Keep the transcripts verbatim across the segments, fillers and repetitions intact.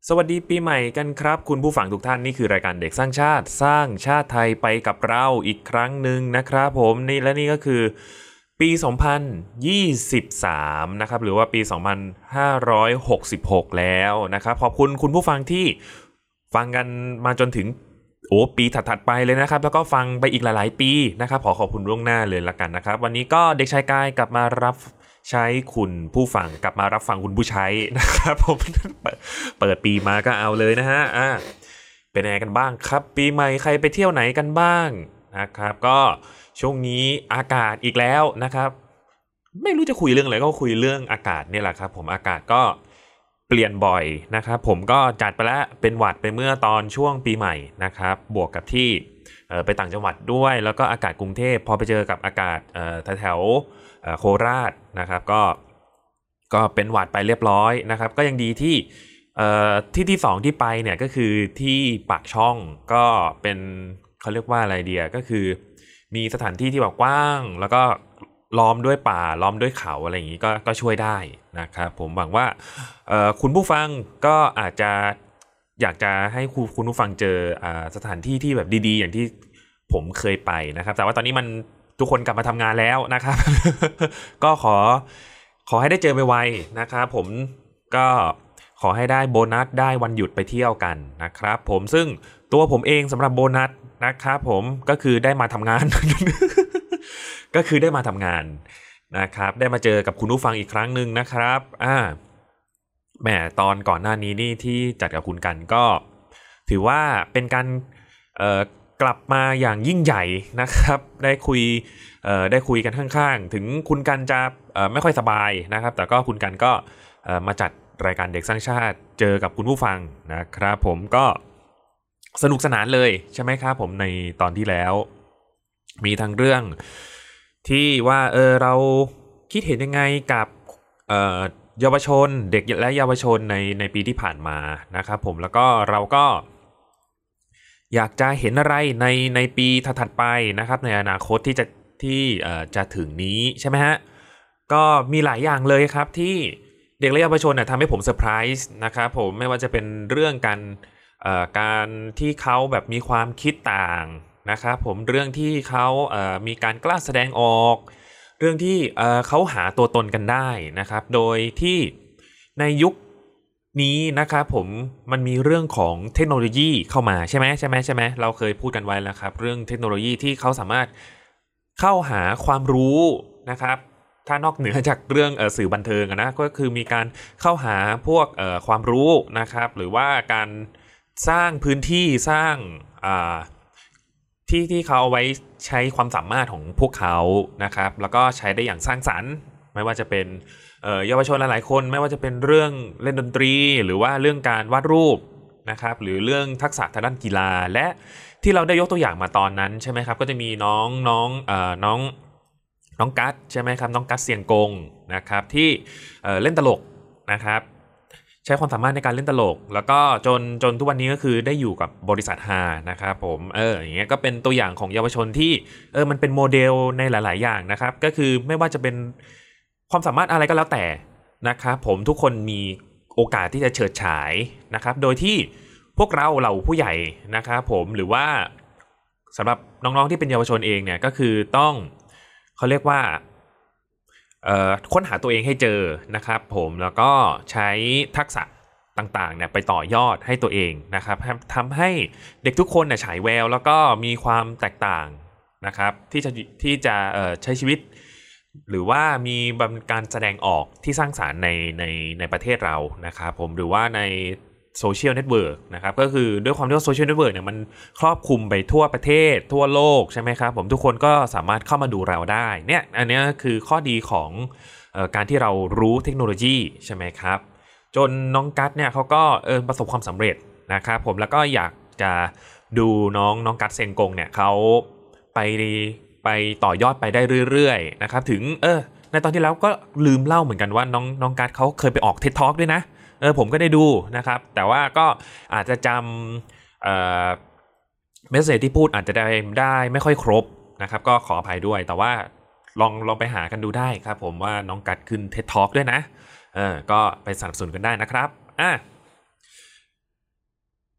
สวัสดีปีใหม่กันครับคุณผู้ฟังทุกท่านนี่คือรายการเด็กสร้างชาติสร้างชาติไทยไปกับเราอีกครั้งหนึ่งนะครับผมนี่และนี่ก็คือปีสองพันยี่สิบสามนะครับหรือว่าปีสองพันห้าร้อยหกสิบหกแล้วนะครับขอบคุณคุณผู้ฟังที่ฟังกันมาจนถึงโอ้ปีถัดๆไปเลยนะครับแล้วก็ฟังไปอีกหลายๆปีนะครับขอขอบคุณล่วงหน้าเลยละกันนะครับวันนี้ก็เด็กชายกายกลับมารับใช้คุณผู้ฟังกลับมารับฟังคุณผู้ใช้นะครับผมเปิดปีมาก็เอาเลยนะฮะอ่าเป็นยังไงกันบ้างครับปีใหม่ใครไปเที่ยวไหนกันบ้างนะครับก็ช่วงนี้อากาศอีกแล้วนะครับไม่รู้จะคุยเรื่องอะไรก็คุยเรื่องอากาศเนี่ยแหละครับผมอากาศก็เปลี่ยนบ่อยนะครับผมก็จัดไปแล้วเป็นหวัดไปเมื่อตอนช่วงปีใหม่นะครับบวกกับที่ไปต่างจังหวัดด้วยแล้วก็อากาศกรุงเทพพอไปเจอกับอากาศแถวโคราชนะครับก็ก็เป็นหวัดไปเรียบร้อยนะครับก็ยังดีที่ที่ที่สองที่ไปเนี่ยก็คือที่ปากช่องก็เป็นเขาเรียกว่าอะไรเดียก็คือมีสถานที่ที่แบบกว้างแล้วก็ล้อมด้วยป่าล้อมด้วยเขาอะไรอย่างนี้ก็ก็ช่วยได้นะครับผมหวังว่าคุณผู้ฟังก็อาจจะอยากจะให้คุณผู้ฟังเจอสถานที่ที่แบบดีๆอย่างที่ผมเคยไปนะครับแต่ว่าตอนนี้มันทุกคนกลับมาทำงานแล้วนะครับ ก็ขอขอให้ได้เจอไวๆนะครับผมก็ขอให้ได้โบนัสได้วันหยุดไปเที่ยวกันนะครับผมซึ่งตัวผมเองสำหรับโบนัสนะครับผมก็คือได้มาทำงาน ก็คือได้มาทำงานนะครับได้มาเจอกับคุณผู้ฟังอีกครั้งหนึ่งนะครับอ่าแหมตอนก่อนหน้านี้นี่ที่จัดกับคุณกันก็ถือว่าเป็นการเอ่อกลับมาอย่างยิ่งใหญ่นะครับได้คุยเอ่อได้คุยกันข้างๆถึงคุณกันจะเอ่อไม่ค่อยสบายนะครับแต่ก็คุณกันก็เอ่อมาจัดรายการเด็กสร้างชาติเจอกับคุณผู้ฟังนะครับผมก็สนุกสนานเลยใช่ไหมครับผมในตอนที่แล้วมีทั้งเรื่องที่ว่าเออเราคิดเห็นยังไงกับเอ่อเยาวชนเด็กและเยาวชนในในปีที่ผ่านมานะครับผมแล้วก็เราก็อยากจะเห็นอะไรในในปีถัดๆไปนะครับในอนาคตที่จะที่เอ่อจะถึงนี้ใช่ไหมฮะก็มีหลายอย่างเลยครับที่เด็กและเยาวชนทำให้ผมเซอร์ไพรส์นะครับผมไม่ว่าจะเป็นเรื่องการเอ่อการที่เขาแบบมีความคิดต่างนะครับผมเรื่องที่เขาเอ่อมีการกล้าแสดงออกเรื่องที่เอ่อเขาหาตัวตนกันได้นะครับโดยที่ในยุคนี้นะครับผมมันมีเรื่องของเทคโนโลยีเข้ามาใช่ไหมใช่ไหมใช่ไหมเราเคยพูดกันไว้แล้วครับเรื่องเทคโนโลยีที่เขาสามารถเข้าหาความรู้นะครับถ้านอกเหนือจากเรื่องเอ่อสื่อบันเทิงนะก็คือมีการเข้าหาพวกเอ่อความรู้นะครับหรือว่าการสร้างพื้นที่สร้างอ่าที่ที่เขาเอาไว้ใช้ความสามารถของพวกเขานะครับแล้วก็ใช้ได้อย่างสร้างสรรค์ไม่ว่าจะเป็นเยาวชนหลายๆคนไม่ว่าจะเป็นเรื่องเล่นดนตรีหรือว่าเรื่องการวาดรูปนะครับหรือเรื่องทักษะทางด้านกีฬาและที่เราได้ยกตัวอย่างมาตอนนั้นใช่ไหมครับก็จะมีน้องน้องเอ่อน้องน้องกัสใช่ไหมครับน้องกัสเซียงกงนะครับที่เอ่อเล่นตลกนะครับใช้ความสามารถในการเล่นตลกแล้วก็จนจนทุกวันนี้ก็คือได้อยู่กับบริษัทฮานะครับผมเอออย่างเงี้ยก็เป็นตัวอย่างของเยาวชนที่เออมันเป็นโมเดลในหลายๆอย่างนะครับก็คือไม่ว่าจะเป็นความสามารถอะไรก็แล้วแต่นะครับผมทุกคนมีโอกาสที่จะเฉิดฉายนะครับโดยที่พวกเราเหล่าผู้ใหญ่นะครับผมหรือว่าสำหรับน้องๆที่เป็นเยาวชนเองเนี่ยก็คือต้องเขาเรียกว่าค้นหาตัวเองให้เจอนะครับผมแล้วก็ใช้ทักษะต่างๆเนี่ยไปต่อยอดให้ตัวเองนะครับทำให้เด็กทุกคนเนี่ยฉายแววแล้วก็มีความแตกต่างนะครับที่จะที่จะใช้ชีวิตหรือว่ามีการแสดงออกที่สร้างสรรค์ในในในประเทศเรานะครับผมหรือว่าในโซเชียลเน็ตเวิร์กนะครับก็คือด้วยความที่ว่าโซเชียลเน็ตเวิร์กเนี่ยมันครอบคลุมไปทั่วประเทศทั่วโลกใช่ไหมครับผมทุกคนก็สามารถเข้ามาดูเราได้เนี่ยอันนี้คือข้อดีของเอ่อการที่เรารู้เทคโนโลยีใช่ไหมครับจนน้องกัสเนี่ยเขาก็เออประสบความสำเร็จนะครับผมแล้วก็อยากจะดูน้องน้องกัสเซงกงเนี่ยเขาไปไปต่อยอดไปได้เรื่อยๆนะครับถึงเออในตอนที่แล้วก็ลืมเล่าเหมือนกันว่าน้องน้องกัสเขาเคยไปออก ที อี ดี Talk ด้วยนะเออผมก็ได้ดูนะครับแต่ว่าก็อาจจะจำเอ่อเมสเสจที่พูดอาจจะได้ได้ไม่ค่อยครบนะครับก็ขออภัยด้วยแต่ว่าลองลองไปหากันดูได้ครับผมว่าน้องกัดขึ้น ที อี ดี Talk ด้วยนะเออก็ไปสนับสนุนกันได้นะครับอ่ะ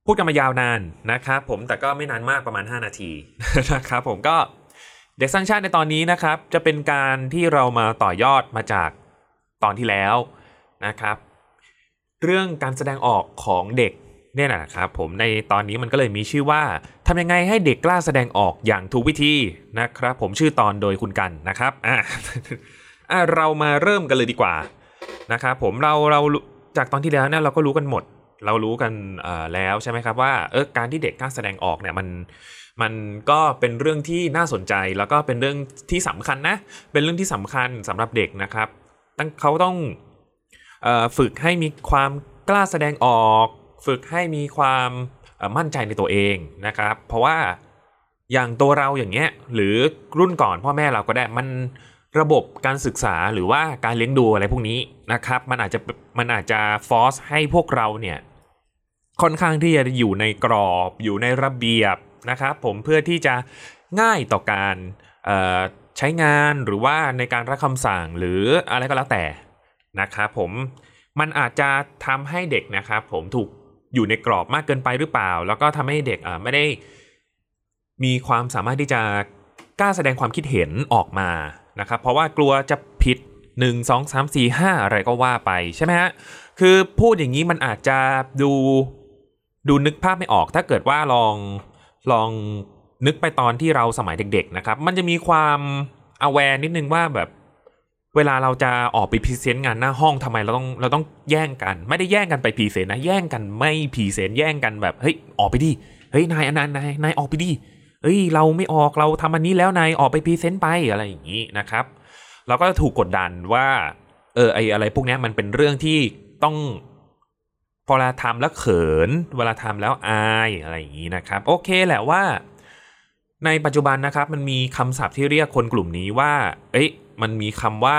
พูดกันมายาวนานนะครับผมแต่ก็ไม่นานมากประมาณห้านาทีนะครับผมก็เด็กสร้างชาติในตอนนี้นะครับจะเป็นการที่เรามาต่อยอดมาจากตอนที่แล้วนะครับเรื่องการแสดงออกของเด็กเนี่ยนะครับผมในตอนนี้มันก็เลยมีชื่อว่าทำยังไงให้เด็กกล้าแสดงออกอย่างถูกวิธีนะครับผมชื่อตอนโดยคุณกันนะครับอ่ะ อ่ะเรามาเริ่มกันเลยดีกว่านะครับผมเราเราจากตอนที่แล้วเนี่ยเราก็รู้กันหมดเรารู้กันแล้วใช่ไหมครับว่าเออการที่เด็กกล้าแสดงออกเนี่ยมันมันก็เป็นเรื่องที่น่าสนใจแล้วก็เป็นเรื่องที่สำคัญนะเป็นเรื่องที่สำคัญสำหรับเด็กนะครับตั้งเขาต้องเอ่อฝึกให้มีความกล้าแสดงออกฝึกให้มีความมั่นใจในตัวเองนะครับเพราะว่าอย่างตัวเราอย่างเงี้ยหรือรุ่นก่อนพ่อแม่เราก็ได้มันระบบการศึกษาหรือว่าการเลี้ยงดูอะไรพวกนี้นะครับมันอาจจะมันอาจจะฟอร์สให้พวกเราเนี่ยค่อนข้างที่จะอยู่ในกรอบอยู่ในระเบียบนะครับผมเพื่อที่จะง่ายต่อการเอ่อใช้งานหรือว่าในการรับคำสั่งหรืออะไรก็แล้วแต่นะครับผมมันอาจจะทำให้เด็กนะครับผมถูกอยู่ในกรอบมากเกินไปหรือเปล่าแล้วก็ทำให้เด็กอ่าไม่ได้มีความสามารถที่จะกล้าแสดงความคิดเห็นออกมานะครับเพราะว่ากลัวจะผิดหนึ่ง สอง สาม สี่ ห้าอะไรก็ว่าไปใช่ไหมฮะคือพูดอย่างนี้มันอาจจะดูดูนึกภาพไม่ออกถ้าเกิดว่าลองลองนึกไปตอนที่เราสมัยเด็กๆนะครับมันจะมีความ aware นิดนึงว่าแบบเวลาเราจะออกไปพรีเซนต์งานหน้าห้องทำไมเราต้องเราต้องแย่งกันไม่ได้แย่งกันไปพรีเซนต์นะแย่งกันไม่พรีเซนต์แย่งกันแบบเฮ้ยออกไปดิเฮ้ยนายอันนั้นนายนายออกไปดิเอ้ยเราไม่ออกเราทำอันนี้แล้วนายออกไปพรีเซนต์ไปอะไรอย่างนี้นะครับเราก็ถูกกดดันว่าเออไออะไรพวกนี้มันเป็นเรื่องที่ต้องพอเวลาทำแล้วเขินเวลาทำแล้วอายอะไรอย่างนี้นะครับโอเคแหละว่าในปัจจุบันนะครับมันมีคำศัพท์ที่เรียกคนกลุ่มนี้ว่าเอ้ยมันมีคำว่า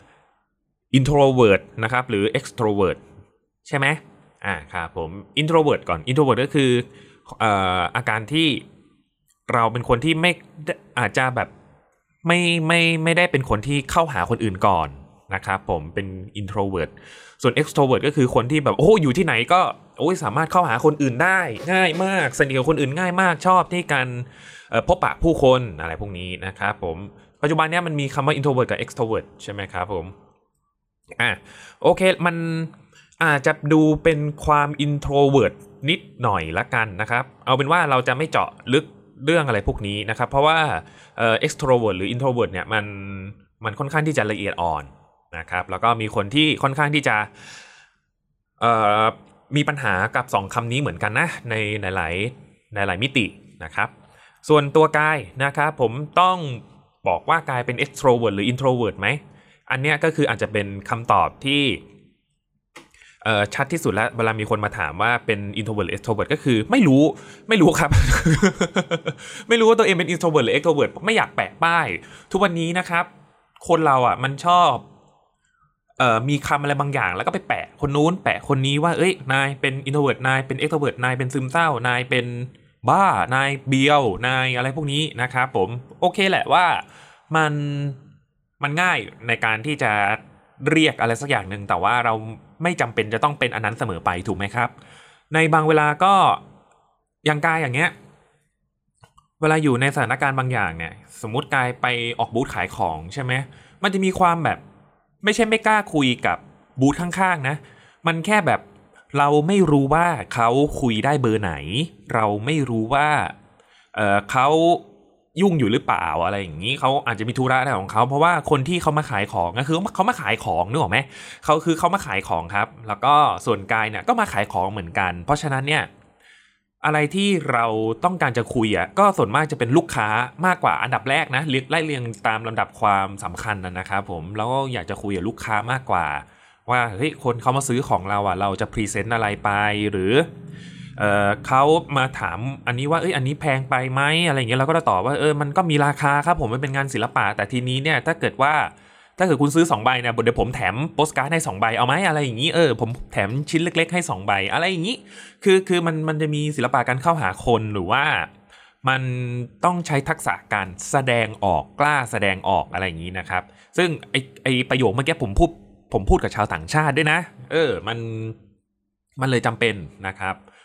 introvert นะครับหรือ extrovert ใช่ไหมอ่าครับผม introvert ก่อน introvert ก็คือเอ่ออาการที่เราเป็นคนที่ไม่อาจจะแบบไม่ไม่ไม่ได้เป็นคนที่เข้าหาคนอื่นก่อนนะครับผมเป็น introvert ส่วน extrovert ก็คือคนที่แบบโอ้อยู่ที่ไหนก็โอ้ยสามารถเข้าหาคนอื่นได้ง่ายมากสนิทกับคนอื่นง่ายมากชอบที่การพบปะผู้คนอะไรพวกนี้นะครับผมปัจจุบันนี้มันมีคำว่า introvert กับ extrovert ใช่ไหมครับผมอ่ะโอเคมันอาจจะดูเป็นความ introvert นิดหน่อยละกันนะครับเอาเป็นว่าเราจะไม่เจาะลึกเรื่องอะไรพวกนี้นะครับเพราะว่าเอ่อ extrovert หรือ introvert เนี่ยมันมันค่อนข้างที่จะละเอียดอ่อนนะครับแล้วก็มีคนที่ค่อนข้างที่จะเอ่อมีปัญหากับสองคำนี้เหมือนกันนะในหลายๆในหลายมิตินะครับส่วนตัวกายนะครับผมต้องบอกว่ากายเป็น extrovert หรือ introvert ไหมอันเนี้ยก็คืออาจจะเป็นคำตอบที่เอ่อชัดที่สุดแล้วเวลามีคนมาถามว่าเป็น introvert หรือ extrovert ก็คือไม่รู้ไม่รู้ครับ ไม่รู้ว่าตัวเองเป็น introvert หรือ extrovert ไม่อยากแปะป้ายทุกวันนี้นะครับคนเราอ่ะมันชอบเอ่อมีคำอะไรบางอย่างแล้วก็ไปแปะคนนู้นแปะคนนี้ว่าเอ้ยนายเป็น introvert นายเป็น extrovert นายเป็นซึมเศร้านายเป็นบ้านายเบียวนายอะไรพวกนี้นะครับผมโอเคแหละว่ามันมันง่ายในการที่จะเรียกอะไรสักอย่างหนึ่งแต่ว่าเราไม่จำเป็นจะต้องเป็นอันนั้นเสมอไปถูกไหมครับในบางเวลาก็อย่างกายอย่างเงี้ยเวลาอยู่ในสถานการณ์บางอย่างเนี่ยสมมุติกายไปออกบูธขายของใช่ไหมมันจะมีความแบบไม่ใช่ไม่กล้าคุยกับบูธข้างๆนะมันแค่แบบเราไม่รู้ว่าเขาคุยได้เบอร์ไหนเราไม่รู้ว่าเอ่อเขายุ่งอยู่หรือเปล่าอะไรอย่างนี้เขาอาจจะมีธุระอะไรของเขาเพราะว่าคนที่เขามาขายของก็คือเขามาขายของนึกออกไหมเขาคือเขามาขายของครับแล้วก็ส่วนกายเนี่ยก็มาขายของเหมือนกันเพราะฉะนั้นเนี่ยอะไรที่เราต้องการจะคุยอ่ะก็ส่วนมากจะเป็นลูกค้ามากกว่าอันดับแรกนะไล่เรียงตามลำดับความสำคัญนะครับผมแล้วก็อยากจะคุยกับลูกค้ามากกว่าว่าเฮ้ยคนเขามาซื้อของเราอ่ะเราจะพรีเซนต์อะไรไปหรือเอ่อเขามาถามอันนี้ว่าเอ้ยอันนี้แพงไปไหมอะไรอย่างเงี้ยเราก็จะตอบว่าเออมันก็มีราคาครับผมมันเป็นงานศิลปะแต่ทีนี้เนี่ยถ้าเกิดว่าถ้าเกิดคุณซื้อสองใบเนี่ยเดี๋ยวผมแถมโปสการ์ดให้สองใบเอาไหมอะไรอย่างงี้เออผมแถมชิ้นเล็กๆให้สองใบอะไรอย่างงี้คือคือมันมันจะมีศิลปะการเข้าหาคนหรือว่ามันต้องใช้ทักษะการแสดงออกกล้าแสดงออกอะไรอย่างงี้นะครับซึ่งไอไอประโยคเมื่อกี้ผมพูดผมพูดกับชาวต่างชาติด้วยนะเออมันมันเลยจำเป็นนะครับ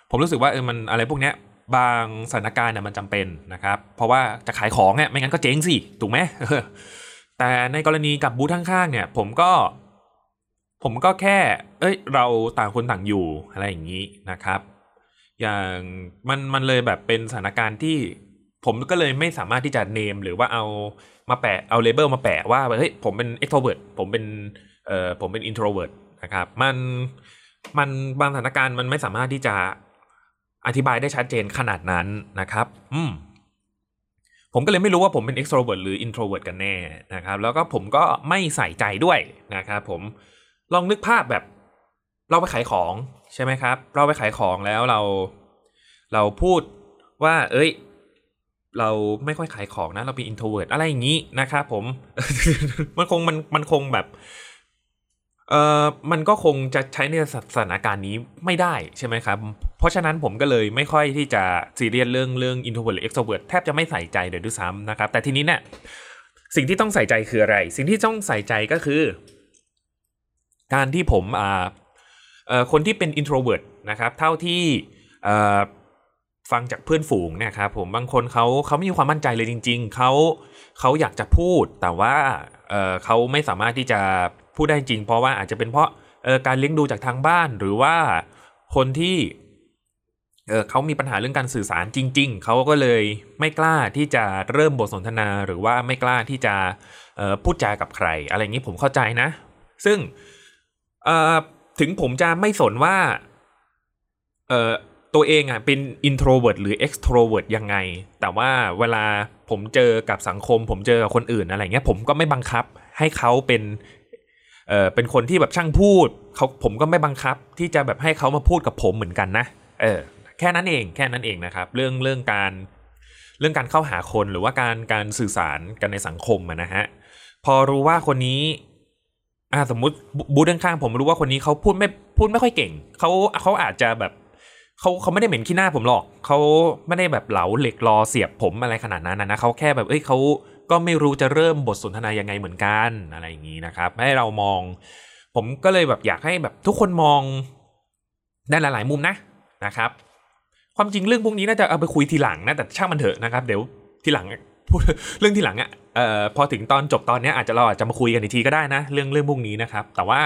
ผมรู้สึกว่าเออมันอะไรพวกเนี้ยบางสถานการณ์เนี่ยมันจำเป็นนะครับเพราะว่าจะขายของเนี่ยไม่งั้นก็เจ๊งสิถูกไหม แต่ในกรณีกับบูธข้างๆเนี่ยผมก็ผมก็แค่เอ้ยเราต่างคนต่างอยู่อะไรอย่างนี้นะครับอย่างมันมันเลยแบบเป็นสถานการณ์ที่ผมก็เลยไม่สามารถที่จะเนมหรือว่าเอามาแปะเอาเลเบลมาแปะว่าเฮ้ยผมเป็น extrovert ผมเป็นเอ่อผมเป็น introvert นะครับมันมันบางสถานการณ์มันไม่สามารถที่จะอธิบายได้ชัดเจนขนาดนั้นนะครับอืมผมก็เลยไม่รู้ว่าผมเป็น extrovert หรือ introvert กันแน่นะครับแล้วก็ผมก็ไม่ใส่ใจด้วยนะครับผมลองนึกภาพแบบเราไปขายของใช่ไหมครับเราไปขายของแล้วเราเราพูดว่าเอ้ยเราไม่ค่อยขายของนะเราเป็น introvert อะไรอย่างนี้นะครับผม มันคงมันมันคงแบบเอ่อมันก็คงจะใช้ในสถานการณ์นี้ไม่ได้ใช่ไหมครับเพราะฉะนั้นผมก็เลยไม่ค่อยที่จะซีเรียสเรื่องเรื่อง introvert หรือ extrovert แทบจะไม่ใส่ใจเลยด้วยซ้ำนะครับแต่ทีนี้เนี่ยสิ่งที่ต้องใส่ใจคืออะไรสิ่งที่ต้องใส่ใจก็คือการที่ผมอ่าเอ่อคนที่เป็น introvert นะครับเท่าที่เอ่อฟังจากเพื่อนฝูงเนี่ยครับผมบางคนเขาเขาไม่มีความมั่นใจเลยจริงๆเขาเขาอยากจะพูดแต่ว่าเอ่อเขาไม่สามารถที่จะพูดได้จริงเพราะว่าอาจจะเป็นเพราะเอ่อการเลี้ยงดูจากทางบ้านหรือว่าคนที่เออเขามีปัญหาเรื่องการสื่อสารจริงๆเขาก็เลยไม่กล้าที่จะเริ่มบทสนทนาหรือว่าไม่กล้าที่จะเอ่อพูดจากับใครอะไรอย่างนี้ผมเข้าใจนะซึ่งเอ่อถึงผมจะไม่สนว่าเอ่อตัวเองอ่ะเป็น introvert หรือ extrovert ยังไงแต่ว่าเวลาผมเจอกับสังคมผมเจอกับคนอื่นอะไรเงี้ยผมก็ไม่บังคับให้เขาเป็นเอ่อเป็นคนที่แบบช่างพูดเขาผมก็ไม่บังคับที่จะแบบให้เขามาพูดกับผมเหมือนกันนะเออแค่นั้นเองแค่นั้นเองนะครับเรื่องเรื่องการเรื่องการเข้าหาคนหรือว่าการการสื่อสารกันในสังคมนะฮะพอรู้ว่าคนนี้อ่าสมมุติบูธข้างๆผมรู้ว่าคนนี้เขาพูดไม่พูดไม่ค่อยเก่งเขาเขาอาจจะแบบเขาเขาไม่ได้เหม็นขี้หน้าผมหรอกเขาไม่ได้แบบเหลาเหล็กรอเสียบผมอะไรขนาดนั้นนะนะเขาแค่แบบเอ้ยเขาก็ไม่รู้จะเริ่มบทสนทนายังไงเหมือนกันอะไรอย่างนี้นะครับให้เรามองผมก็เลยแบบอยากให้แบบทุกคนมองได้หลายๆมุมนะนะครับความจริงเรื่องพวกนี้น่าจะเอาไปคุยทีหลังนะแต่ช่างมันเถอะนะครับเดี๋ยวทีหลังพูดเรื่องทีหลังอ่ะเอ่อพอถึงตอนจบตอนนี้อาจจะเราอาจจะมาคุยกันอีกทีก็ได้นะเรื่องเรื่องพวกนี้นะครับแต่ว่า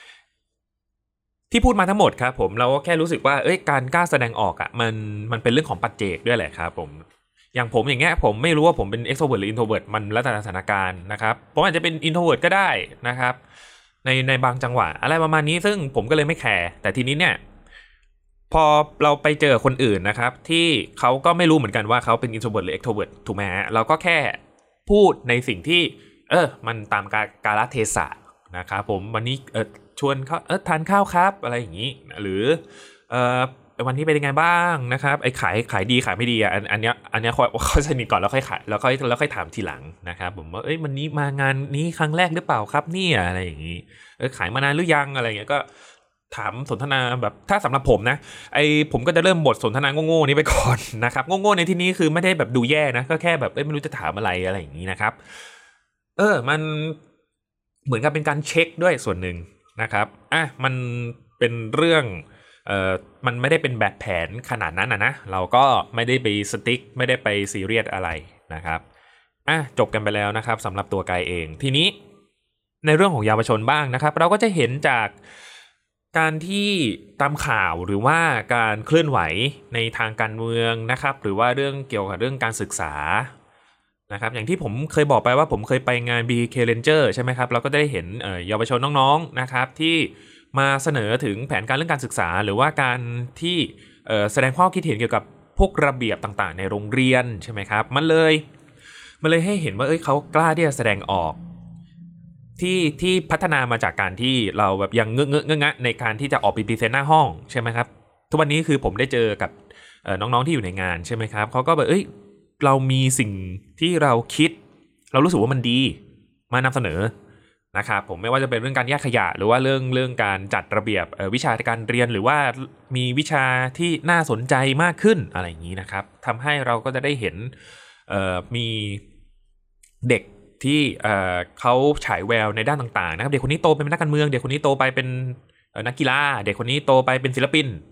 ที่พูดมาทั้งหมดครับผมเราก็แค่รู้สึกว่าเอ้ยการกล้าแสดงออกอ่ะมันมันเป็นเรื่องของปัจเจกด้วยแหละครับผมอย่างผมอย่างเงี้ยผมไม่รู้ว่าผมเป็น extrovert หรือ introvert มันแล้วแต่สถานการณ์นะครับผมอาจจะเป็น introvert ก็ได้นะครับในในบางจังหวะอะไรประมาณนี้ซึ่งผมก็เลยไม่แคร์แต่ทีนี้เนี่ยพอเราไปเจอคนอื่นนะครับที่เขาก็ไม่รู้เหมือนกันว่าเขาเป็น introvert หรือ extrovert ถูกไหมฮะเราก็แค่พูดในสิ่งที่เออมันตามกาลเทศะนะครับผมวันนี้เออชวนเขาเออทานข้าวครับอะไรอย่างนี้หรือเออวันนี้เป็นยังไงบ้างนะครับไอ้ขายขายดีขายไม่ดีอ่ะอันอันเนี้ยอันเนี้ยเขาสนิทก่อนแล้วค่อยขายแล้วค่อยแล้วค่อยถามทีหลังนะครับผมว่าเอ้ยวันนี้มางานนี้ครั้งแรกหรือเปล่าครับเนี่ยอะไรอย่างนี้เออขายมานานหรือยังอะไรอย่างเงี้ยก็ถามสนทนาแบบถ้าสำหรับผมนะไอ้ผมก็จะเริ่มบทสนทนาโง่ๆนี้ไปก่อนนะครับโง่ๆในที่นี้คือไม่ได้แบบดูแย่นะก็แค่แบบเอ้ยไม่รู้จะถามอะไรอะไรอย่างนี้นะครับเออมันเหมือนกับเป็นการเช็คด้วยส่วนหนึ่งนะครับอ่ะมันเป็นเรื่องเอ่อมันไม่ได้เป็นแบบแผนขนาดนั้นนะนะเราก็ไม่ได้ไปสติ๊กไม่ได้ไปซีเรียสอะไรนะครับอ่ะจบกันไปแล้วนะครับสำหรับตัวกายเองทีนี้ในเรื่องของเยาวชนบ้างนะครับเราก็จะเห็นจากการที่ตามข่าวหรือว่าการเคลื่อนไหวในทางการเมืองนะครับหรือว่าเรื่องเกี่ยวกับเรื่องการศึกษานะครับอย่างที่ผมเคยบอกไปว่าผมเคยไปงาน บี เค Ranger ใช่ไหมครับเราก็ได้เห็นเยาวชนน้องๆนะครับที่มาเสนอถึงแผนการเรื่องการศึกษาหรือว่าการที่แสดงความคิดเห็นเกี่ยวกับพวกระเบียบต่างๆในโรงเรียนใช่ไหมครับมันเลยมันเลยให้เห็นว่าเอ้ยเขากล้าที่จะแสดงออกที่ที่พัฒนามาจากการที่เราแบบยังเงอะเงอะเงะในการที่จะออกไปพรีเซนต์หน้าห้องใช่ไหมครับทุกวันนี้คือผมได้เจอกับน้องๆที่อยู่ในงานใช่ไหมครับเขาก็แบบเอ้ยเรามีสิ่งที่เราคิดเรารู้สึกว่ามันดีมานำเสนอนะครับผมไม่ว่าจะเป็นเรื่องการแยกขยะหรือว่าเรื่องเรื่องการจัดระเบียบวิชาการเรียนหรือว่ามีวิชาที่น่าสนใจมากขึ้นอะไรอย่างนี้นะครับทำให้เราก็จะได้เห็นมีเด็กที่เขาฉายแววในด้านต่างๆนะครับเด็กคนนี้โตเป็นนักการเมืองเด็กคนนี้โตไปเป็นนักกีฬาเด็กคนนี้โตไปเป็นศิลปิน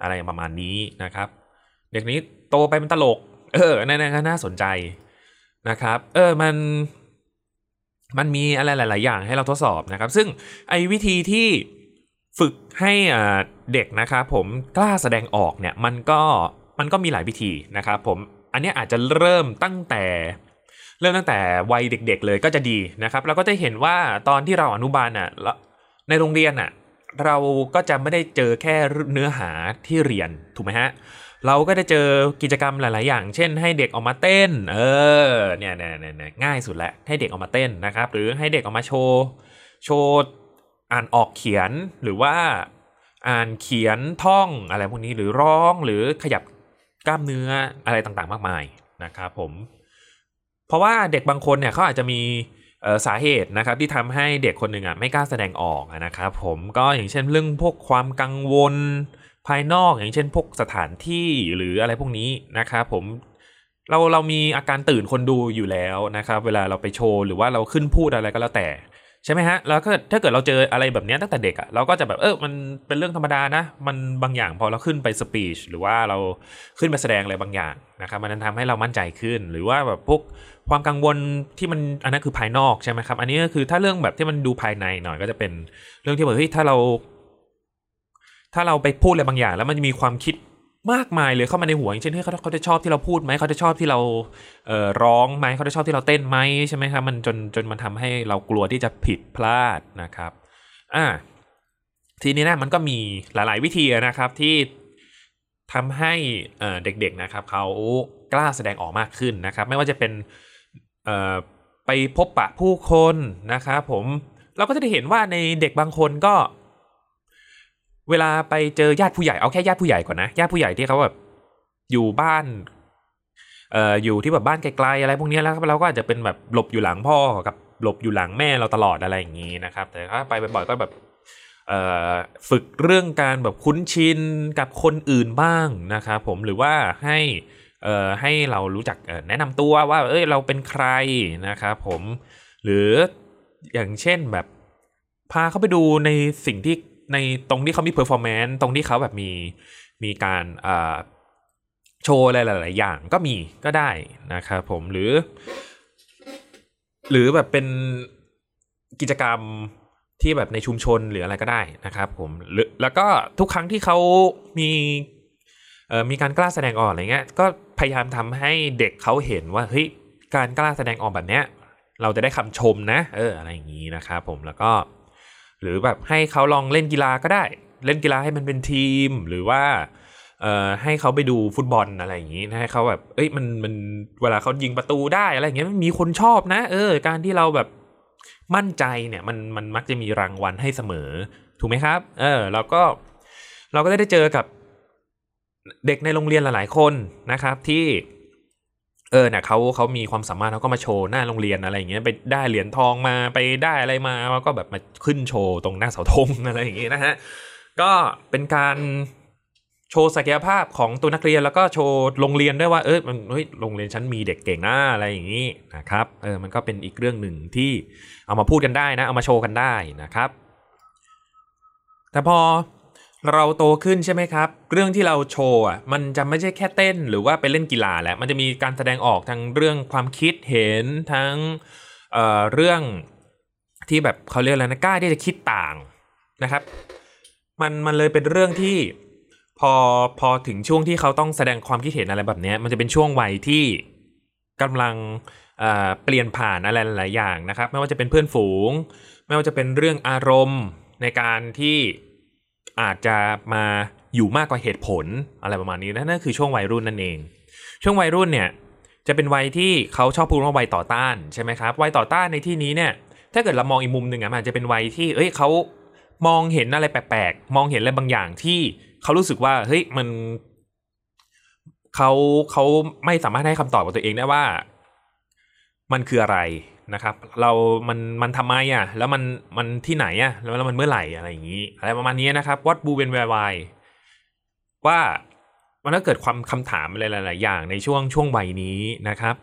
อะไรประมาณนี้นะครับเด็กนี้โตไปมันตลกเออนั่นก็น่าสนใจนะครับเออมันมันมีอะไรหลายๆอย่างให้เราทดสอบนะครับซึ่งไอ้วิธีที่ฝึกให้เด็กนะครับผมกล้าแสดงออกเนี่ยมันก็มันก็มีหลายวิธีนะครับผมอันนี้อาจจะเริ่มตั้งแต่เริ่มตั้งแต่วัยเด็กๆเลยก็จะดีนะครับเราก็จะเห็นว่าตอนที่เราอนุบาลน่ะในโรงเรียนน่ะเราก็จะไม่ได้เจอแค่เนื้อหาที่เรียนถูกไหมฮะเราก็ได้เจอกิจกรรมหลายๆอย่างเช่นให้เด็กออกมาเต้นเออเนี่ยเนี่ยง่ายสุดแหละให้เด็กออกมาเต้นนะครับหรือให้เด็กออกมาโชว์โชว์อ่านออกเขียนหรือว่าอ่านเขียนท่องอะไรพวกนี้หรือร้องหรือขยับกล้ามเนื้ออะไรต่างๆมากมายนะครับผมเพราะว่าเด็กบางคนเนี่ยเขาอาจจะมีสาเหตุนะครับที่ทำให้เด็กคนหนึ่งอ่ะไม่กล้าแสดงออกนะครับผมก็อย่างเช่นเรื่องพวกความกังวลภายนอกอย่างเช่นพวกสถานที่หรืออะไรพวกนี้นะครับผมเราเรามีอาการตื่นคนดูอยู่แล้วนะครับเวลาเราไปโชว์หรือว่าเราขึ้นพูดอะไรก็แล้วแต่ใช่ไหมฮะแล้วก็ถ้าเกิดเราเจออะไรแบบนี้ตั้งแต่เด็กอ่ะเราก็จะแบบเออมันเป็นเรื่องธรรมดานะมันบางอย่างพอเราขึ้นไปสปีชหรือว่าเราขึ้นไปแสดงอะไรบางอย่างนะครับมันทำให้เรามั่นใจขึ้นหรือว่าแบบพวกความกังวลที่มันอันนั้นคือภายนอกใช่ไหมครับอันนี้ก็คือถ้าเรื่องแบบที่มันดูภายในหน่อยก็จะเป็นเรื่องที่แบบเฮ้ยถ้าเราถ้าเราไปพูดอะไรบางอย่างแล้วมันจะมีความคิดมากมายเลยเข้ามาในหัวอย่างเช่นเฮ้ยเขาเขาจะชอบที่เราพูดไหมเขาจะชอบที่เราเอ่อร้องไหมเขาจะชอบที่เราเต้นไหมใช่ไหมครับมันจนจนมันทำให้เรากลัวที่จะผิดพลาดนะครับอ่าทีนี้นะมันก็มีหลายๆวิธีนะครับที่ทำให้เอ่อเด็กๆนะครับเขากล้าแสดงออกมากขึ้นนะครับไม่ว่าจะเป็นเอ่อไปพบปะผู้คนนะครับผมเราก็จะได้เห็นว่าในเด็กบางคนก็เวลาไปเจอญาติผู้ใหญ่เอาแค่ญาติผู้ใหญ่ก่อนนะญาติผู้ใหญ่ที่เขาแบบอยู่บ้านเอ่ออยู่ที่แบบบ้านไกลๆอะไรพวกนี้แล้วเราก็อาจจะเป็นแบบหลบอยู่หลังพ่อกับหลบอยู่หลังแม่เราตลอดอะไรอย่างนี้นะครับแต่ถ้าไปบ่อยๆก็แบบเอ่อฝึกเรื่องการแบบคุ้นชินกับคนอื่นบ้างนะครับผมหรือว่าให้เอ่อให้เรารู้จักแนะนำตัวว่าเอ้ยเราเป็นใครนะครับผมหรืออย่างเช่นแบบพาเขาไปดูในสิ่งที่ในตรงที่เขามีเพอร์ฟอร์แมนซ์ตรงที่เขาแบบมีมีการโชว์อะไรหลายๆอย่างก็มีก็ได้นะครับผมหรือหรือแบบเป็นกิจกรรมที่แบบในชุมชนหรืออะไรก็ได้นะครับผมแล้วก็ทุกครั้งที่เขามีเอ่อมีการกล้าแสดงออกอะไรเงี้ยก็พยายามทำให้เด็กเขาเห็นว่าเฮ้ยการกล้าแสดงออกแบบเนี้ยเราจะได้คำชมนะเอออะไรอย่างนี้นะครับผมแล้วก็หรือแบบให้เขาลองเล่นกีฬาก็ได้เล่นกีฬาให้มันเป็นทีมหรือว่าเอ่อให้เขาไปดูฟุตบอลอะไรอย่างนี้ให้เขาแบบเอ้ยมันมันเวลาเขายิงประตูได้อะไรอย่างเงี้ยมีคนชอบนะเออการที่เราแบบมั่นใจเนี่ยมันมันมักจะมีรางวัลให้เสมอถูกไหมครับเออแล้วก็เราก็ได้เจอกับเด็กในโรงเรียนหลายๆคนนะครับที่เออเนี่ยเขาเขามีความสามารถเขาก็มาโชว์หน้าโรงเรียนอะไรอย่างเงี้ยไปได้เหรียญทองมาไปได้อะไรมาแล้วก็แบบมาขึ้นโชว์ตรงหน้าเสาธงอะไรอย่างเงี้ยนะฮะก็เป็นการโชว์ศักยภาพของตัวนักเรียนแล้วก็โชว์โรงเรียนด้วยว่าเออมันเฮ้ยโรงเรียนฉันมีเด็กเก่งนะอะไรอย่างงี้นะครับเออมันก็เป็นอีกเรื่องหนึ่งที่เอามาพูดกันได้นะเอามาโชว์กันได้นะครับแต่พอเราโตขึ้นใช่ไหมครับเรื่องที่เราโชว์อ่ะมันจะไม่ใช่แค่เต้นหรือว่าไปเล่นกีฬาแล้วมันจะมีการแสดงออกทั้งเรื่องความคิดเห็นทั้งเอ่อเรื่องที่แบบเขาเรียกอะไรนะกล้าที่จะคิดต่างนะครับมันมันเลยเป็นเรื่องที่พอพอถึงช่วงที่เขาต้องแสดงความคิดเห็นอะไรแบบนี้มันจะเป็นช่วงวัยที่กำลังเอ่อเปลี่ยนผ่านอะไรหลายอย่างนะครับไม่ว่าจะเป็นเพื่อนฝูงไม่ว่าจะเป็นเรื่องอารมณ์ในการที่อาจจะมาอยู่มากกว่าเหตุผลอะไรประมาณนี้นั่นคือช่วงวัยรุ่นนั่นเองช่วงวัยรุ่นเนี่ยจะเป็นวัยที่เขาชอบพูดว่าวัยต่อต้านใช่ไหมครับวัยต่อต้านในที่นี้เนี่ยถ้าเกิดเรามองอีกมุมหนึ่งอ่ะมันอาจจะเป็นวัยที่เอ้ยเขามองเห็นอะไรแปลกๆมองเห็นอะไรบางอย่างที่เขารู้สึกว่าเฮ้ยมันเขาเขาไม่สามารถให้คำตอบกับตัวเองได้ว่ามันคืออะไรนะครับเรามันมันทำไมอ่ะแล้วมันมันที่ไหนอ่ะแล้วมันเมื่อไหร่อะไรอย่างนี้อะไรประมาณนี้นะครับ What Blue When Where Why ว่ามันก็เกิดความคำถามอะไรหลายๆอย่างในช่วงช่วงวัยนี้นะครับ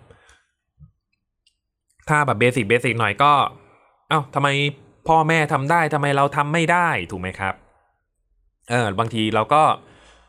ถ้าแบบเบสิกเบสิกหน่อยก็เอ้าทำไมพ่อแม่ทำได้ทำไมเราทำไม่ได้ถูกไหมครับเออบางทีเราก็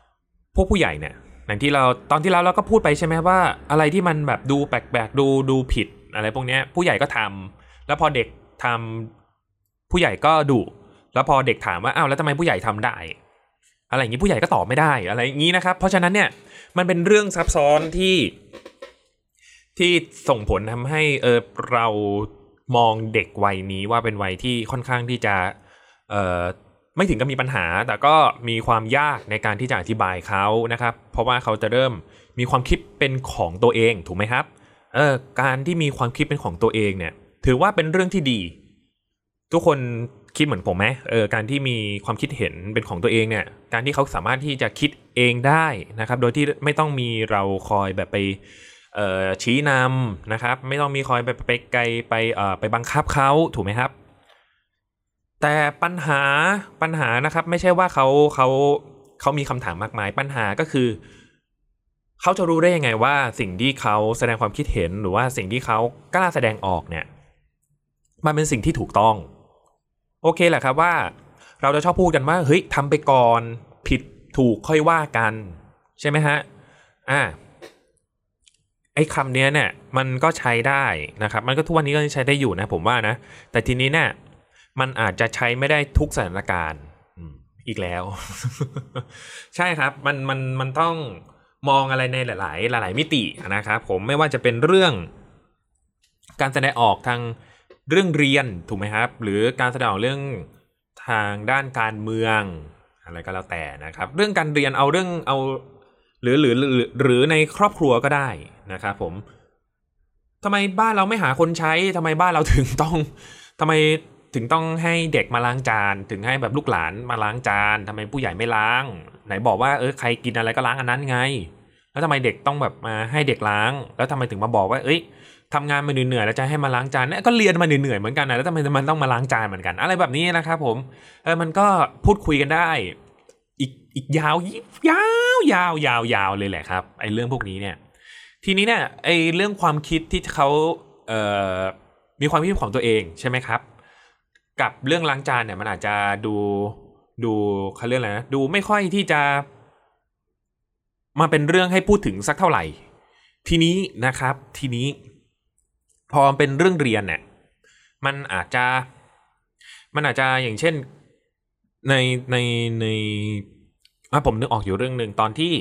พวกผู้ใหญ่เนี่ยอย่างที่เราตอนที่เราเราก็พูดไปใช่ไหมว่าอะไรที่มันแบบดูแปลกๆดูดูผิดอะไรพวกนี้ผู้ใหญ่ก็ทำแล้วพอเด็กทำผู้ใหญ่ก็ดุแล้วพอเด็กถามว่าอ้าวแล้วทำไมผู้ใหญ่ทำได้อะไรอย่างนี้ผู้ใหญ่ก็ตอบไม่ได้อะไรอย่างนี้นะครับเพราะฉะนั้นเนี่ยมันเป็นเรื่องซับซ้อนที่ที่ส่งผลทำให้เออเรามองเด็กวัยนี้ว่าเป็นวัยที่ค่อนข้างที่จะเอ่อไม่ถึงกับมีปัญหาแต่ก็มีความยากในการที่จะอธิบายเขานะครับเพราะว่าเขาจะเริ่มมีความคิดเป็นของตัวเองถูกไหมครับเออการที่มีความคิดเป็นของตัวเองเนี่ยถือว่าเป็นเรื่องที่ดีทุกคนคิดเหมือนผมไหมเออการที่มีความคิดเห็นเป็นของตัวเองเนี่ยการที่เขาสามารถที่จะคิดเองได้นะครับโดยที่ไม่ต้องมีเราคอยแบบไปเอ่อชี้นำนะครับไม่ต้องมีคอยไปไปไกลไปเอ่อไปบังคับเขาถูกไหมครับแต่ปัญหาปัญหานะครับไม่ใช่ว่าเขาเขาเขามีคำถามมากมายปัญหาก็คือเขาจะรู้ได้ยังไงว่าสิ่งที่เขาแสดงความคิดเห็นหรือว่าสิ่งที่เขากล้าแสดงออกเนี่ยมันเป็นสิ่งที่ถูกต้องโอเคแหละครับว่าเราจะชอบพูดกันว่าเฮ้ยทำไปก่อนผิดถูกค่อยว่ากันใช่ไหมฮะอ่าไอ้คำนี้เนี่ยมันก็ใช้ได้นะครับมันก็ทุกวันนี้ก็ใช้ได้อยู่นะผมว่านะแต่ทีนี้เนี่ยมันอาจจะใช้ไม่ได้ทุกสถานการณ์อีกแล้ว ใช่ครับมันมันมันต้องมองอะไรในหลายๆหลายๆมิตินะครับผมไม่ว่าจะเป็นเรื่องการแสดงออกทางเรื่องเรียนถูกไหมครับหรือการแสดงออกเรื่องทางด้านการเมืองอะไรก็แล้วแต่นะครับเรื่องการเรียนเอาเรื่องเอาหรือหรือหรือหรือในครอบครัวก็ได้นะครับผมทำไมบ้านเราไม่หาคนใช้ทำไมบ้านเราถึงต้องทำไมถึงต้องให้เด็กมาล้างจานถึงให้แบบลูกหลานมาล้างจานทำไมผู้ใหญ่ไม่ล้างไหนบอกว่าเออใครกินอะไรก็ล้างอันนั้นไงแล้วทำไมเด็กต้องแบบมาให้เด็กล้างแล้วทำไมถึงมาบอกว่าเอ้ยทำงานมาเหนื่อยๆแล้วจะให้มาล้างจานเนี่ยก็เรียนมาเหนื่อยๆเหมือนกันนะแล้วทำไมมันต้องมาล้างจานเหมือนกันอะไรแบบนี้นะครับผมเออมันก็พูดคุยกันได้อีกอีกยาวยาวยาวยาวยาวเลยแหละครับไอ้เรื่องพวกนี้เนี่ยทีนี้เนี่ยไอ้เรื่องความคิดที่เขาเอ่อมีความคิดของตัวเองใช่ไหมครับกับเรื่องล้างจานเนี่ยมันอาจจะดูดูเขาเรียกอะไรนะดูไม่ค่อยที่จะมาเป็นเรื่องให้พูดถึงสักเท่าไหร่ทีนี้นะครับทีนี้พอเป็นเรื่องเรียนเนี่ยมันอาจจะมันอาจจะอย่างเช่นในในในอ่ะผมนึกออกอยู่เรื่องนึงตอนที่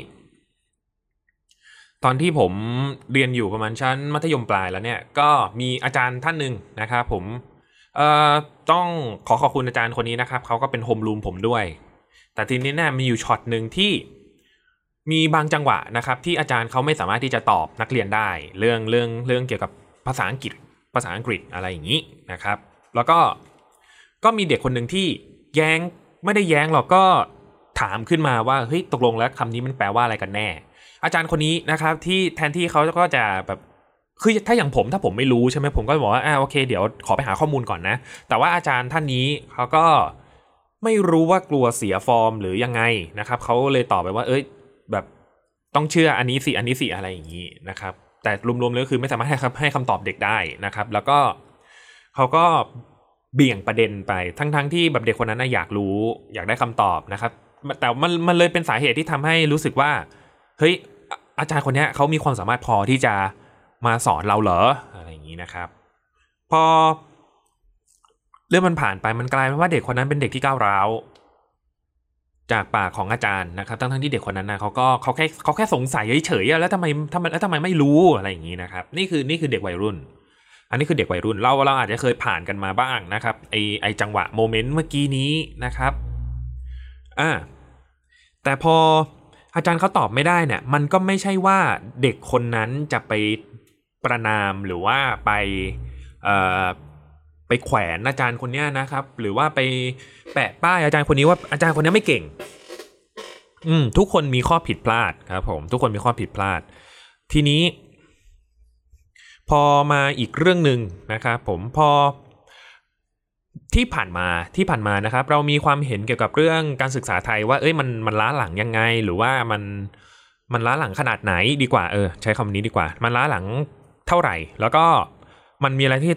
ตอนที่ผมเรียนอยู่ประมาณชั้นมัธยมปลายแล้วเนี่ยก็มีอาจารย์ท่านหนึ่งนะครับผมเอ่อต้องขอขอบคุณอาจารย์คนนี้นะครับเขาก็เป็นโฮมรูมผมด้วยแต่ทีนี้เนี่ยมีอยู่ช็อตนึงที่มีบางจังหวะนะครับที่อาจารย์เขาไม่สามารถที่จะตอบนักเรียนได้เรื่องเรื่องเรื่องเกี่ยวกับภาษาอังกฤษภาษาอังกฤษอะไรอย่างนี้นะครับแล้วก็ก็มีเด็กคนหนึ่งที่แย้งไม่ได้แย้งหรอกก็ถามขึ้นมาว่าเฮ้ยตกลงแล้วคำนี้มันแปลว่าอะไรกันแน่อาจารย์คนนี้นะครับที่แทนที่เขาก็จะแบบคือถ้าอย่างผมถ้าผมไม่รู้ใช่ไหมผมก็บอกว่าอ่าโอเคเดี๋ยวขอไปหาข้อมูลก่อนนะแต่ว่าอาจารย์ท่านนี้เขาก็ไม่รู้ว่ากลัวเสียฟอร์มหรือยังไงนะครับเขาเลยตอบไปว่าเอ้ยแบบต้องเชื่ออันนี้สิอันนี้สิอะไรอย่างนี้นะครับแต่รวมๆแล้วคือไม่สามารถให้ให้คำตอบเด็กได้นะครับแล้วก็เขาก็เบี่ยงประเด็นไปทั้งๆที่แบบเด็กคนนั้นอยากรู้อยากได้คำตอบนะครับแต่มันมันเลยเป็นสาเหตุที่ทำให้รู้สึกว่าเฮ้ยอาจารย์คนนี้เขามีความสามารถพอที่จะมาสอนเราเหรออะไรอย่างนี้นะครับพอเรื่องมันผ่านไปมันกลายเป็นว่าเด็กคนนั้นเป็นเด็กที่ก้าวร้าวจากปากของอาจารย์นะครับทั้งๆที่เด็กคนนั้นนะเขาก็เขาแค่เขาแค่สงสัยเฉยๆแล้วทำไมทำไมแล้วทำไมไม่รู้อะไรอย่างนี้นะครับนี่คือนี่คือเด็กวัยรุ่นอันนี้คือเด็กวัยรุ่นเราเราอาจจะเคยผ่านกันมาบ้างนะครับไอไอจังหวะโมเมนต์เมื่อกี้นี้นะครับอ่าแต่พออาจารย์เขาตอบไม่ได้เนี่ยมันก็ไม่ใช่ว่าเด็กคนนั้นจะไปประณามหรือว่าไปเอ่อไปแขวนอาจารย์คนนี้นะครับหรือว่าไปแปะป้ายอาจารย์คนนี้ว่าอาจารย์คนนี้ไม่เก่งอืมทุกคนมีข้อผิดพลาดครับผมทุกคนมีข้อผิดพลาดทีนี้พอมาอีกเรื่องนึงนะครับผมพอที่ผ่านมาที่ผ่านมานะครับเรามีความเห็นเกี่ยวกับเรื่องการศึกษาไทยว่าเอ้ยมันมันล้าหลังยังไงหรือว่ามันมันล้าหลังขนาดไหนดีกว่าเออใช้คำนี้ดีกว่ามันล้าหลังเท่าไหร่แล้วก็มันมีอะไรที่ต้อง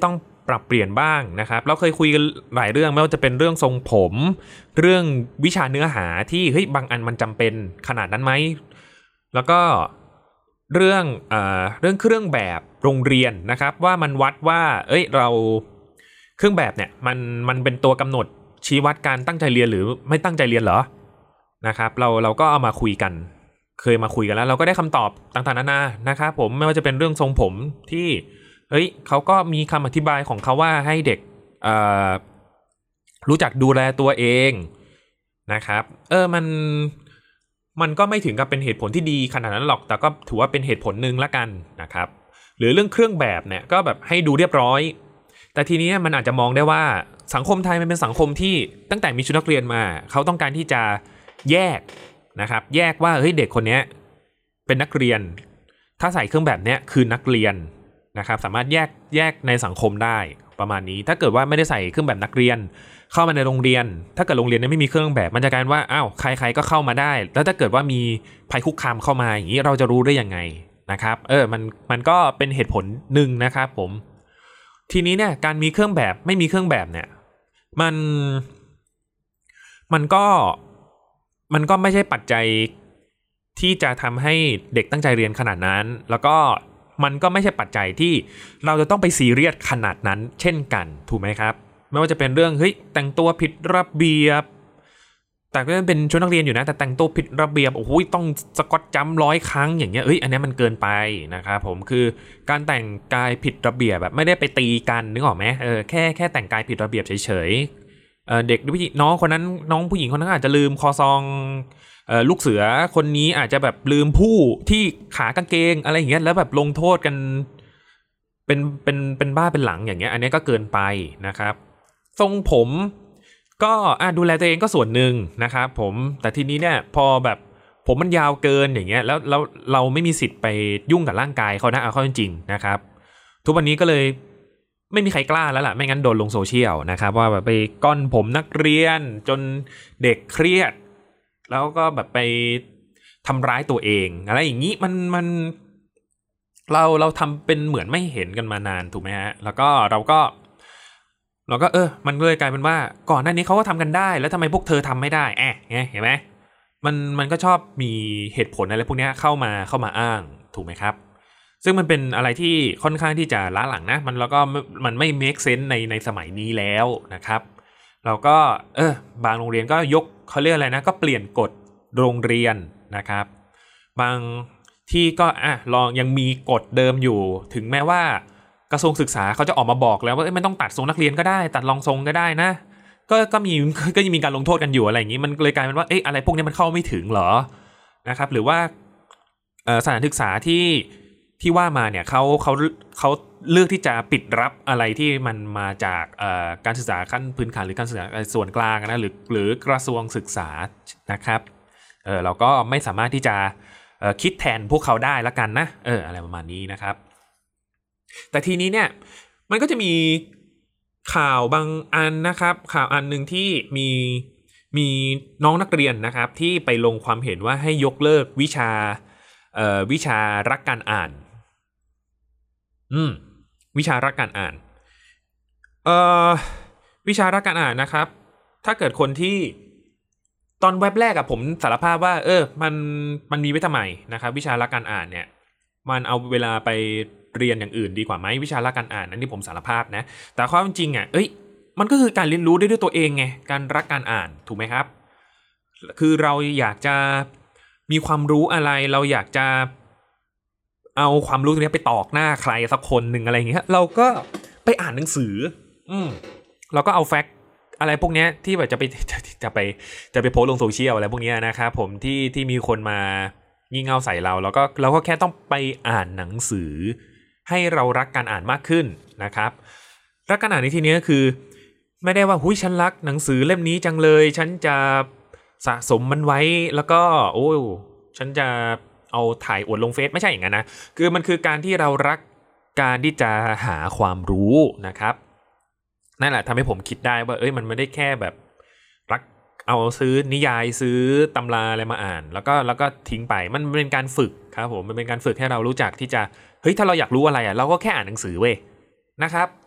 ปรับเปลี่ยนบ้างนะครับเราเคยคุยกันหลายเรื่องไม่ว่าจะเป็นเรื่องทรงผมเรื่องวิชาเนื้อหาที่เฮ้ยบางอันมันจำเป็นขนาดนั้นไหมแล้วก็เรื่องเอ่อเรื่องเครื่องแบบโรงเรียนนะครับว่ามันวัดว่าเอ้ยเราเครื่องแบบเนี่ยมันมันเป็นตัวกำหนดชี้วัดการตั้งใจเรียนหรือไม่ตั้งใจเรียนเหรอนะครับเราเราก็เอามาคุยกันเคยมาคุยกันแล้วเราก็ได้คำตอบต่างๆนานานะครับผมไม่ว่าจะเป็นเรื่องทรงผมที่เฮ้ยเขาก็มีคำอธิบายของเขาว่าให้เด็กเอ่อรู้จักดูแลตัวเองนะครับเออมันมันก็ไม่ถึงกับเป็นเหตุผลที่ดีขนาดนั้นหรอกแต่ก็ถือว่าเป็นเหตุผลนึงละกันนะครับหรือเรื่องเครื่องแบบเนี่ยก็แบบให้ดูเรียบร้อยแต่ทีนี้มันอาจจะมองได้ว่าสังคมไทยมันเป็นสังคมที่ตั้งแต่มีชุดนักเรียนมาเขาต้องการที่จะแยกนะครับแยกว่าเฮ้ยเด็กคนนี้เป็นนักเรียนถ้าใส่เครื่องแบบนี้คือนักเรียนนะครับสามารถแยกแยกในสังคมได้ประมาณนี้ถ้าเกิดว่าไม่ได้ใส่เครื่องแบบนักเรียนเข้ามาในโรงเรียนถ้าเกิดโรงเรียนนี้ไม่มีเครื่องแบบมันจะกลายว่าอ้าวใครๆก็เข้ามาได้แล้วถ้าเกิดว่ามีภัยคุกคามเข้ามาอย่างนี้เราจะรู้ได้ยังไงนะครับเออมันมันก็เป็นเหตุผลหนึ่งนะครับผมทีนี้เนี่ยการมีเครื่องแบบไม่มีเครื่องแบบเนี่ยมันมันก็มันก็ไม่ใช่ปัจจัยที่จะทำให้เด็กตั้งใจเรียนขนาดนั้นแล้วก็มันก็ไม่ใช่ปัจจัยที่เราจะต้องไปซีเรียสขนาดนั้นเช่นกันถูกไหมครับไม่ว่าจะเป็นเรื่องเฮ้ยแต่งตัวผิดระเบียบแต่ก็เป็นชุดนักเรียนอยู่นะแต่แต่งตัวผิดระเบียบโอ้โหต้องสกอตจัมป์ร้อยครั้งอย่างเงี้ยเอ้ยอันนี้มันเกินไปนะครับผมคือการแต่งกายผิดระเบียบแบบไม่ได้ไปตีกันนึกออกไหมเออแค่แค่แต่งกายผิดระเบียบเฉยๆเออเด็กผู้หญิงน้องคนนั้นน้องผู้หญิงคนนั้นอาจจะลืมคอซองเอ่อลูกเสือคนนี้อาจจะแบบลืมผู้ที่ขากางเกงอะไรอย่างเงี้ยแล้วแบบลงโทษกันเป็นเป็นเป็นบ้าเป็นหลังอย่างเงี้ยอันนี้ก็เกินไปนะครับทรงผมก็อ่ะดูแลตัวเองก็ส่วนหนึ่งนะครับผมแต่ทีนี้เนี่ยพอแบบผมมันยาวเกินอย่างเงี้ยแล้วแล้วเราไม่มีสิทธิ์ไปยุ่งกับร่างกายเขานะเอาเข้าจริงๆนะครับทุกวันนี้ก็เลยไม่มีใครกล้าแล้วล่ะไม่งั้นโดนลงโซเชียลนะครับว่าแบบไปก้อนผมนักเรียนจนเด็กเครียดแล้วก็แบบไปทำร้ายตัวเองอะไรอย่างนี้มันมันเราเราทำเป็นเหมือนไม่เห็นกันมานานถูกไหมฮะแล้วก็เราก็เราก็เออมันเลยกลายเป็นว่าก่อนหน้านี้เขาก็ทำกันได้แล้วทำไมพวกเธอทำไม่ได้แอะเห็นไหมมันมันก็ชอบมีเหตุผลอะไรพวกนี้เข้ามาเข้ามาอ้างถูกไหมครับซึ่งมันเป็นอะไรที่ค่อนข้างที่จะล้าหลังนะมันแล้วก็มันไม่ make sense ในในสมัยนี้แล้วนะครับเราก็เออบางโรงเรียนก็ยกเขาเรียกอะไรนะก็เปลี่ยนกฎโรงเรียนนะครับบางที่ก็อ่ะลองยังมีกฎเดิมอยู่ถึงแม้ว่ากระทรวงศึกษาเขาจะออกมาบอกแล้วว่าไม่ต้องตัดทรงนักเรียนก็ได้ตัดรองทรงก็ได้นะก็ก็มีก็ยังมีการลงโทษกันอยู่อะไรอย่างนี้มันเลยกลายเป็นว่าเอ๊ะอะไรพวกนี้มันเข้าไม่ถึงเหรอนะครับหรือว่าสถานศึกษาที่ที่ว่ามาเนี่ยเขาเขาเขาเลือกที่จะปิดรับอะไรที่มันมาจากการศึกษาขั้นพื้นฐานหรือการศึกษาส่วนกลางนะหรือหรือกระทรวงศึกษานะครับเออเราก็ไม่สามารถที่จะคิดแทนพวกเขาได้ละกันนะเอออะไรประมาณนี้นะครับแต่ทีนี้เนี่ยมันก็จะมีข่าวบางอันนะครับข่าวอันนึงที่มีมีน้องนักเรียนนะครับที่ไปลงความเห็นว่าให้ยกเลิกวิชาเอ่อวิชารักการอ่านอืมวิชารักการอ่านเอ่อวิชารักการอ่านนะครับถ้าเกิดคนที่ตอนเว็บแรกอะผมสารภาพว่าเออมันมันมีไว้ทำไมนะครับวิชารักการอ่านเนี่ยมันเอาเวลาไปเรียนอย่างอื่นดีกว่าไหมวิชารักการอ่านนั่นที่ผมสารภาพนะแต่ความจริงอ่ะเอ้ยมันก็คือการเรียนรู้ได้ด้วยตัวเองไงการรักการอ่านถูกไหมครับคือเราอยากจะมีความรู้อะไรเราอยากจะเอาความรู้ตรงนี้ไปตอกหน้าใครสักคนหนึ่งอะไรอย่างเงี้ยเราก็ไปอ่านหนังสืออืมเราก็เอาแฟกต์อะไรพวกนี้ที่แบบจะไปจะจะไปจะไปโพสลงโซเชียลอะไรพวกนี้นะครับผมที่ที่มีคนมางี่เง่าใส่เราแล้วก็เราก็แค่ต้องไปอ่านหนังสือให้เรารักการอ่านมากขึ้นนะครับรักการอ่านในที่นี้ก็คือไม่ได้ว่าหุ้ยฉันรักหนังสือเล่มนี้จังเลยฉันจะสะสมมันไว้แล้วก็โอ้ฉันจะเอาถ่ายอวดลงเฟซไม่ใช่อย่างนั้นนะคือมันคือการที่เรารักการที่จะหาความรู้นะครับนั่นแหละทำให้ผมคิดได้ว่าเอ้ยมันไม่ได้แค่แบบรักเอาซื้อนิยายซื้อตำราอะไรมาอ่านแล้วก็แล้วก็ทิ้งไปมันเป็นการฝึกครับผมมันเป็นการฝึกให้เรารู้จักที่จะเฮ้ยถ้าเราอยากรู้อะไรอ่ะเราก็แค่อ่านหนังสือเว้ยนะครับ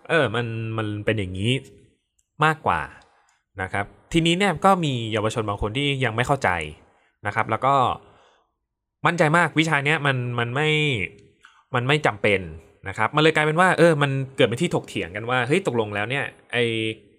เออมันมันเป็นอย่างนี้มากกว่านะครับทีนี้เนี่ยก็มีเยาวชนบางคนที่ยังไม่เข้าใจนะครับแล้วก็มั่นใจมากวิชาเนี้ยมันมันไม่มันไม่จำเป็นนะครับมันเลยกลายเป็นว่าเออมันเกิดเป็นที่ถกเถียงกันว่าเฮ้ยตกลงแล้วเนี่ยไอ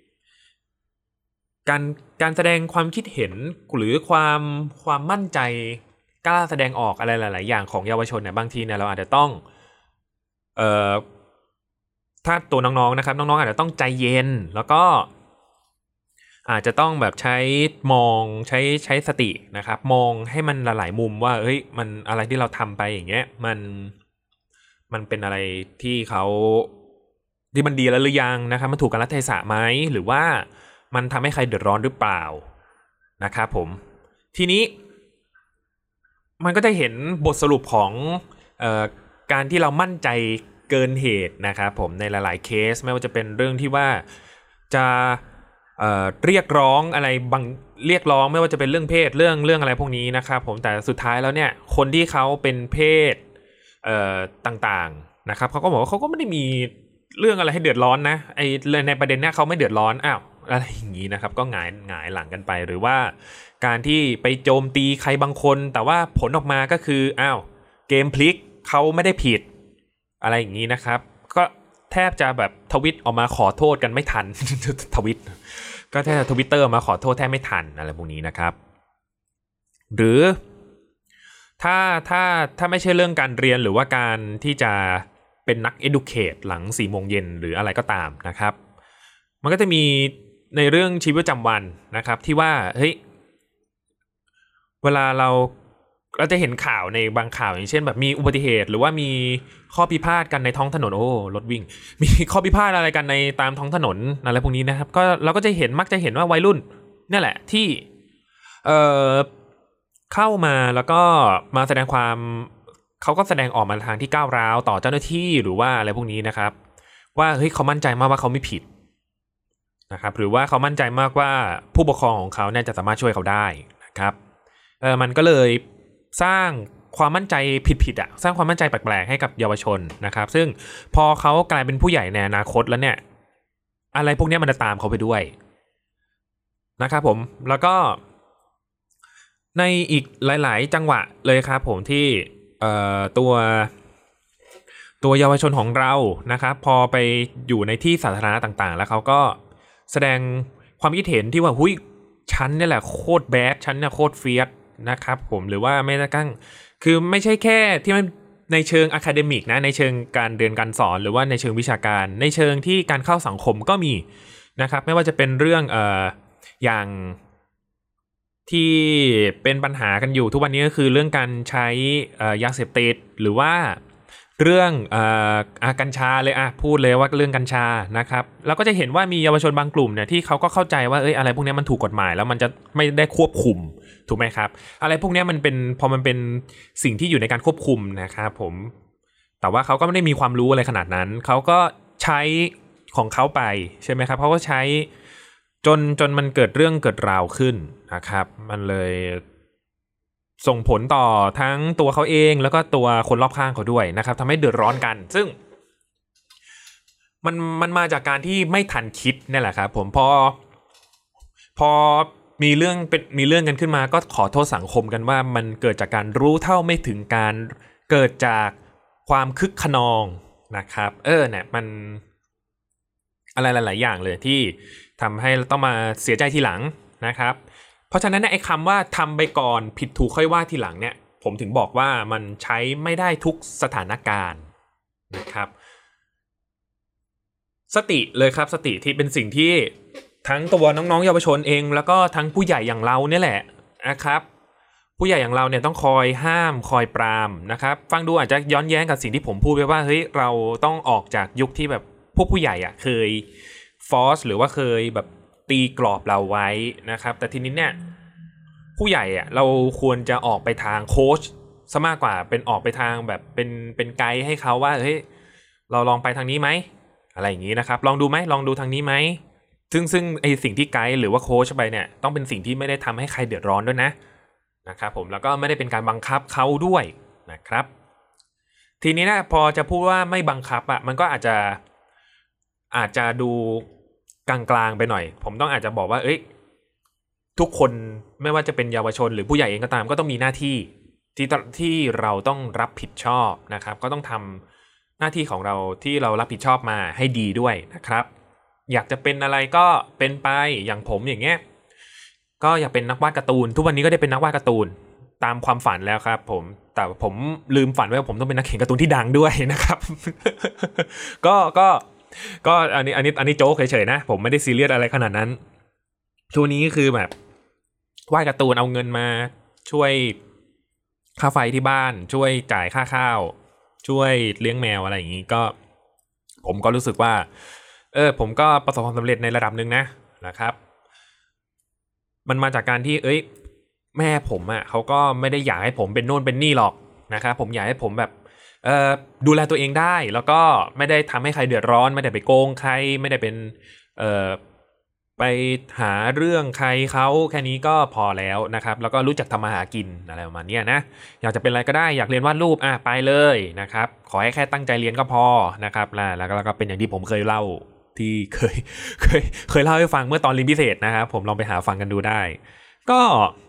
การการแสดงความคิดเห็นหรือความความมั่นใจกล้าแสดงออกอะไรหลายๆอย่างของเยาวชนเนี่ยบางทีเนี่ยเราอาจจะต้องเอ่อถ้าตัวน้องๆนะครับน้องๆอาจจะต้องใจเย็นแล้วก็อาจจะต้องแบบใช้มองใช้ใช้สตินะครับมองให้มันหลายๆมุมว่าเฮ้ยมันอะไรที่เราทำไปอย่างเงี้ยมันมันเป็นอะไรที่เขาที่มันดีแล้วหรือยังนะครับมันถูกกาลเทศะไหมหรือว่ามันทำให้ใครเดือดร้อนหรือเปล่านะครับผมทีนี้มันก็จะเห็นบทสรุปของเอ่อการที่เรามั่นใจเกินเหตุนะครับผมในหลายๆเคสไม่ว่าจะเป็นเรื่องที่ว่าจะเอ่อเรียกร้องอะไรบางเรียกร้องไม่ว่าจะเป็นเรื่องเพศเรื่องเรื่องอะไรพวกนี้นะครับผมแต่สุดท้ายแล้วเนี่ยคนที่เขาเป็นเพศเอ่อต่างๆนะครับเขาก็บอกว่าเขาก็ไม่ได้มีเรื่องอะไรให้เดือดร้อนนะไอ้ในประเด็นเนี้ยเขาไม่เดือดร้อนอ้าวอะไรอย่างนี้นะครับก็หงายหงายหลังกันไปหรือว่าการที่ไปโจมตีใครบางคนแต่ว่าผลออกมาก็คืออ้าวเกมพลิกเขาไม่ได้ผิดอะไรอย่างนี้นะครับก็แทบจะแบบทวิตออกมาขอโทษกันไม่ทัน ทวิตก็แทบทวิตเตอร์มาขอโทษแทบไม่ทันอะไรพวกนี้นะครับหรือถ้าถ้าถ้าไม่ใช่เรื่องการเรียนหรือว่าการที่จะเป็นนัก educate หลังสี่โมงเย็นหรืออะไรก็ตามนะครับมันก็จะมีในเรื่องชีวิตประจำวันนะครับที่ว่าเฮ้ยเวลาเราเราจะเห็นข่าวในบางข่าวอย่างเช่นแบบมีอุบัติเหตุหรือว่ามีข้อพิพาทกันในท้องถนนโอ้รถวิ่งมีข้อพิพาทอะไรกันในตามท้องถนนอะไรพวกนี้นะครับก็เราก็จะเห็นมักจะเห็นว่าวัยรุ่นนี่แหละที่เอ่อเข้ามาแล้วก็มาแสดงความเขาก็แสดงออกมาทางที่ก้าวร้าวต่อเจ้าหน้าที่หรือว่าอะไรพวกนี้นะครับว่าเฮ้ยเขามั่นใจมากว่าเขาไม่ผิดนะครับหรือว่าเขามั่นใจมากว่าผู้ปกครองของเขาเนี่ยจะสามารถช่วยเขาได้นะครับเออมันก็เลยสร้างความมั่นใจผิดๆอ่ะสร้างความมั่นใจแปลกๆให้กับเยาวชนนะครับซึ่งพอเขากลายเป็นผู้ใหญ่ในอนาคตแล้วเนี่ยอะไรพวกนี้มันจะตามเขาไปด้วยนะครับผมแล้วก็ในอีกหลายๆจังหวะเลยครับผมที่เอ่อตัวตัวเยาวชนของเรานะครับพอไปอยู่ในที่สาธารณะต่างๆแล้วเขาก็แสดงความคิดเห็นที่ว่าหุ้ยฉันเนี่ยแหละโคตรแบดฉันเนี่ยโคตรเฟียสนะครับผมหรือว่าไม่ได้กั้งคือไม่ใช่แค่ที่มันในเชิงอะคาเดมิกนะในเชิงการเรียนการสอนหรือว่าในเชิงวิชาการในเชิงที่การเข้าสังคมก็มีนะครับไม่ว่าจะเป็นเรื่องเอ่ออย่างที่เป็นปัญหากันอยู่ทุกวันนี้ก็คือเรื่องการใช้ยาเสพติดหรือว่าเรื่องอ่ากัญชาเลยอ่ะพูดเลยว่าเรื่องกัญชานะครับเราก็จะเห็นว่ามีเยาวชนบางกลุ่มเนี่ยที่เขาก็เข้าใจว่าเอ้ยอะไรพวกนี้มันถูกกฎหมายแล้วมันจะไม่ได้ควบคุมถูกไหมครับอะไรพวกนี้มันเป็นพอมันเป็นสิ่งที่อยู่ในการควบคุมนะครับผมแต่ว่าเขาก็ไม่ได้มีความรู้อะไรขนาดนั้นเขาก็ใช้ของเขาไปใช่ไหมครับเขาก็ใช้จนจนมันเกิดเรื่องเกิดราวขึ้นนะครับมันเลยส่งผลต่อทั้งตัวเขาเองแล้วก็ตัวคนรอบข้างเขาด้วยนะครับทำให้เดือดร้อนกันซึ่งมันมันมาจากการที่ไม่ทันคิดนี่แหละครับผมพอพอมีเรื่องเป็นมีเรื่องกันขึ้นมาก็ขอโทษสังคมกันว่ามันเกิดจากการรู้เท่าไม่ถึงการเกิดจากความคึกขนองนะครับเออเนี่ยมันอะไรหลายๆอย่างเลยที่ทำให้ต้องมาเสียใจทีหลังนะครับเพราะฉะนั้นไอ้คำว่าทำไปก่อนผิดถูกค่อยว่าทีหลังเนี่ยผมถึงบอกว่ามันใช้ไม่ได้ทุกสถานการณ์นะครับสติเลยครับสติที่เป็นสิ่งที่ทั้งตัวน้องๆเยาวชนเองแล้วก็ทั้งผู้ใหญ่อย่างเราเนี่ยแหละนะครับผู้ใหญ่อย่างเราเนี่ยต้องคอยห้ามคอยปรามนะครับฟังดูอาจจะย้อนแย้งกับสิ่งที่ผมพูดไปว่าเฮ้ยเราต้องออกจากยุคที่แบบพวกผู้ใหญ่อ่ะเคยฟอร์สหรือว่าเคยแบบตีกรอบเราไว้นะครับแต่ทีนี้เนี่ยผู้ใหญ่อ่ะเราควรจะออกไปทางโค้ชซะมากกว่าเป็นออกไปทางแบบเป็นเป็นไกด์ให้เขาว่าเฮ้ยเราลองไปทางนี้ไหมอะไรอย่างนี้นะครับลองดูไหมลองดูทางนี้ไหมซึ่งซึ่งไอสิ่งที่ไกด์หรือว่าโค้ชไปเนี่ยต้องเป็นสิ่งที่ไม่ได้ทำให้ใครเดือดร้อนด้วยนะนะครับผมแล้วก็ไม่ได้เป็นการบังคับเขาด้วยนะครับทีนี้นะพอจะพูดว่าไม่บังคับอ่ะมันก็อาจจะอาจจะดูกลางๆไปหน่อยผมต้องอาจจะบอกว่าเอ้ยทุกคนไม่ว่าจะเป็นเยาวชนหรือผู้ใหญ่เองก็ตามก็ต้องมีหน้าที่ที่ที่เราต้องรับผิดชอบนะครับก็ต้องทำหน้าที่ของเราที่เรารับผิดชอบมาให้ดีด้วยนะครับอยากจะเป็นอะไรก็เป็นไปอย่างผมอย่างเงี้ยก็อยากเป็นนักวาดการ์ตูนทุกวันนี้ก็ได้เป็นนักวาดการ์ตูนตามความฝันแล้วครับผมแต่ผมลืมฝันไว้ว่าผมต้องเป็นนักเขียนการ์ตูนที่ดังด้วยนะครับ ก็ก็ก็อันนี้อันนี้อันนี้โจ๊กเฉยๆนะผมไม่ได้ซีเรียสอะไรขนาดนั้นช่วงนี้คือแบบวาดการ์ตูนเอาเงินมาช่วยค่าไฟที่บ้านช่วยจ่ายค่าข้าวช่วยเลี้ยงแมวอะไรอย่างนี้ก็ผมก็รู้สึกว่าเออผมก็ประสบความสำเร็จในระดับหนึ่งนะนะครับมันมาจากการที่เอ้ยแม่ผมอ่ะเขาก็ไม่ได้อยากให้ผมเป็นโน่นเป็นนี่หรอกนะครับผมอยากให้ผมแบบเอ่อดูแลตัวเองได้แล้วก็ไม่ได้ทำให้ใครเดือดร้อนไม่ได้ไปโกงใครไม่ได้เป็นเอ่อไปหาเรื่องใครเขาแค่นี้ก็พอแล้วนะครับแล้วก็รู้จักทำมาหากินอะไรประมาณนี้นะอยากจะเป็นอะไรก็ได้อยากเรียนวาดรูปอ่ะไปเลยนะครับขอให้แค่ตั้งใจเรียนก็พอนะครับแล้วแล้วก็เป็นอย่างที่ผมเคยเล่าที่เคยเคยเคยเล่าให้ฟังเมื่อตอนเรียนพิเศษนะครับผมลองไปหาฟังกันดูได้ก็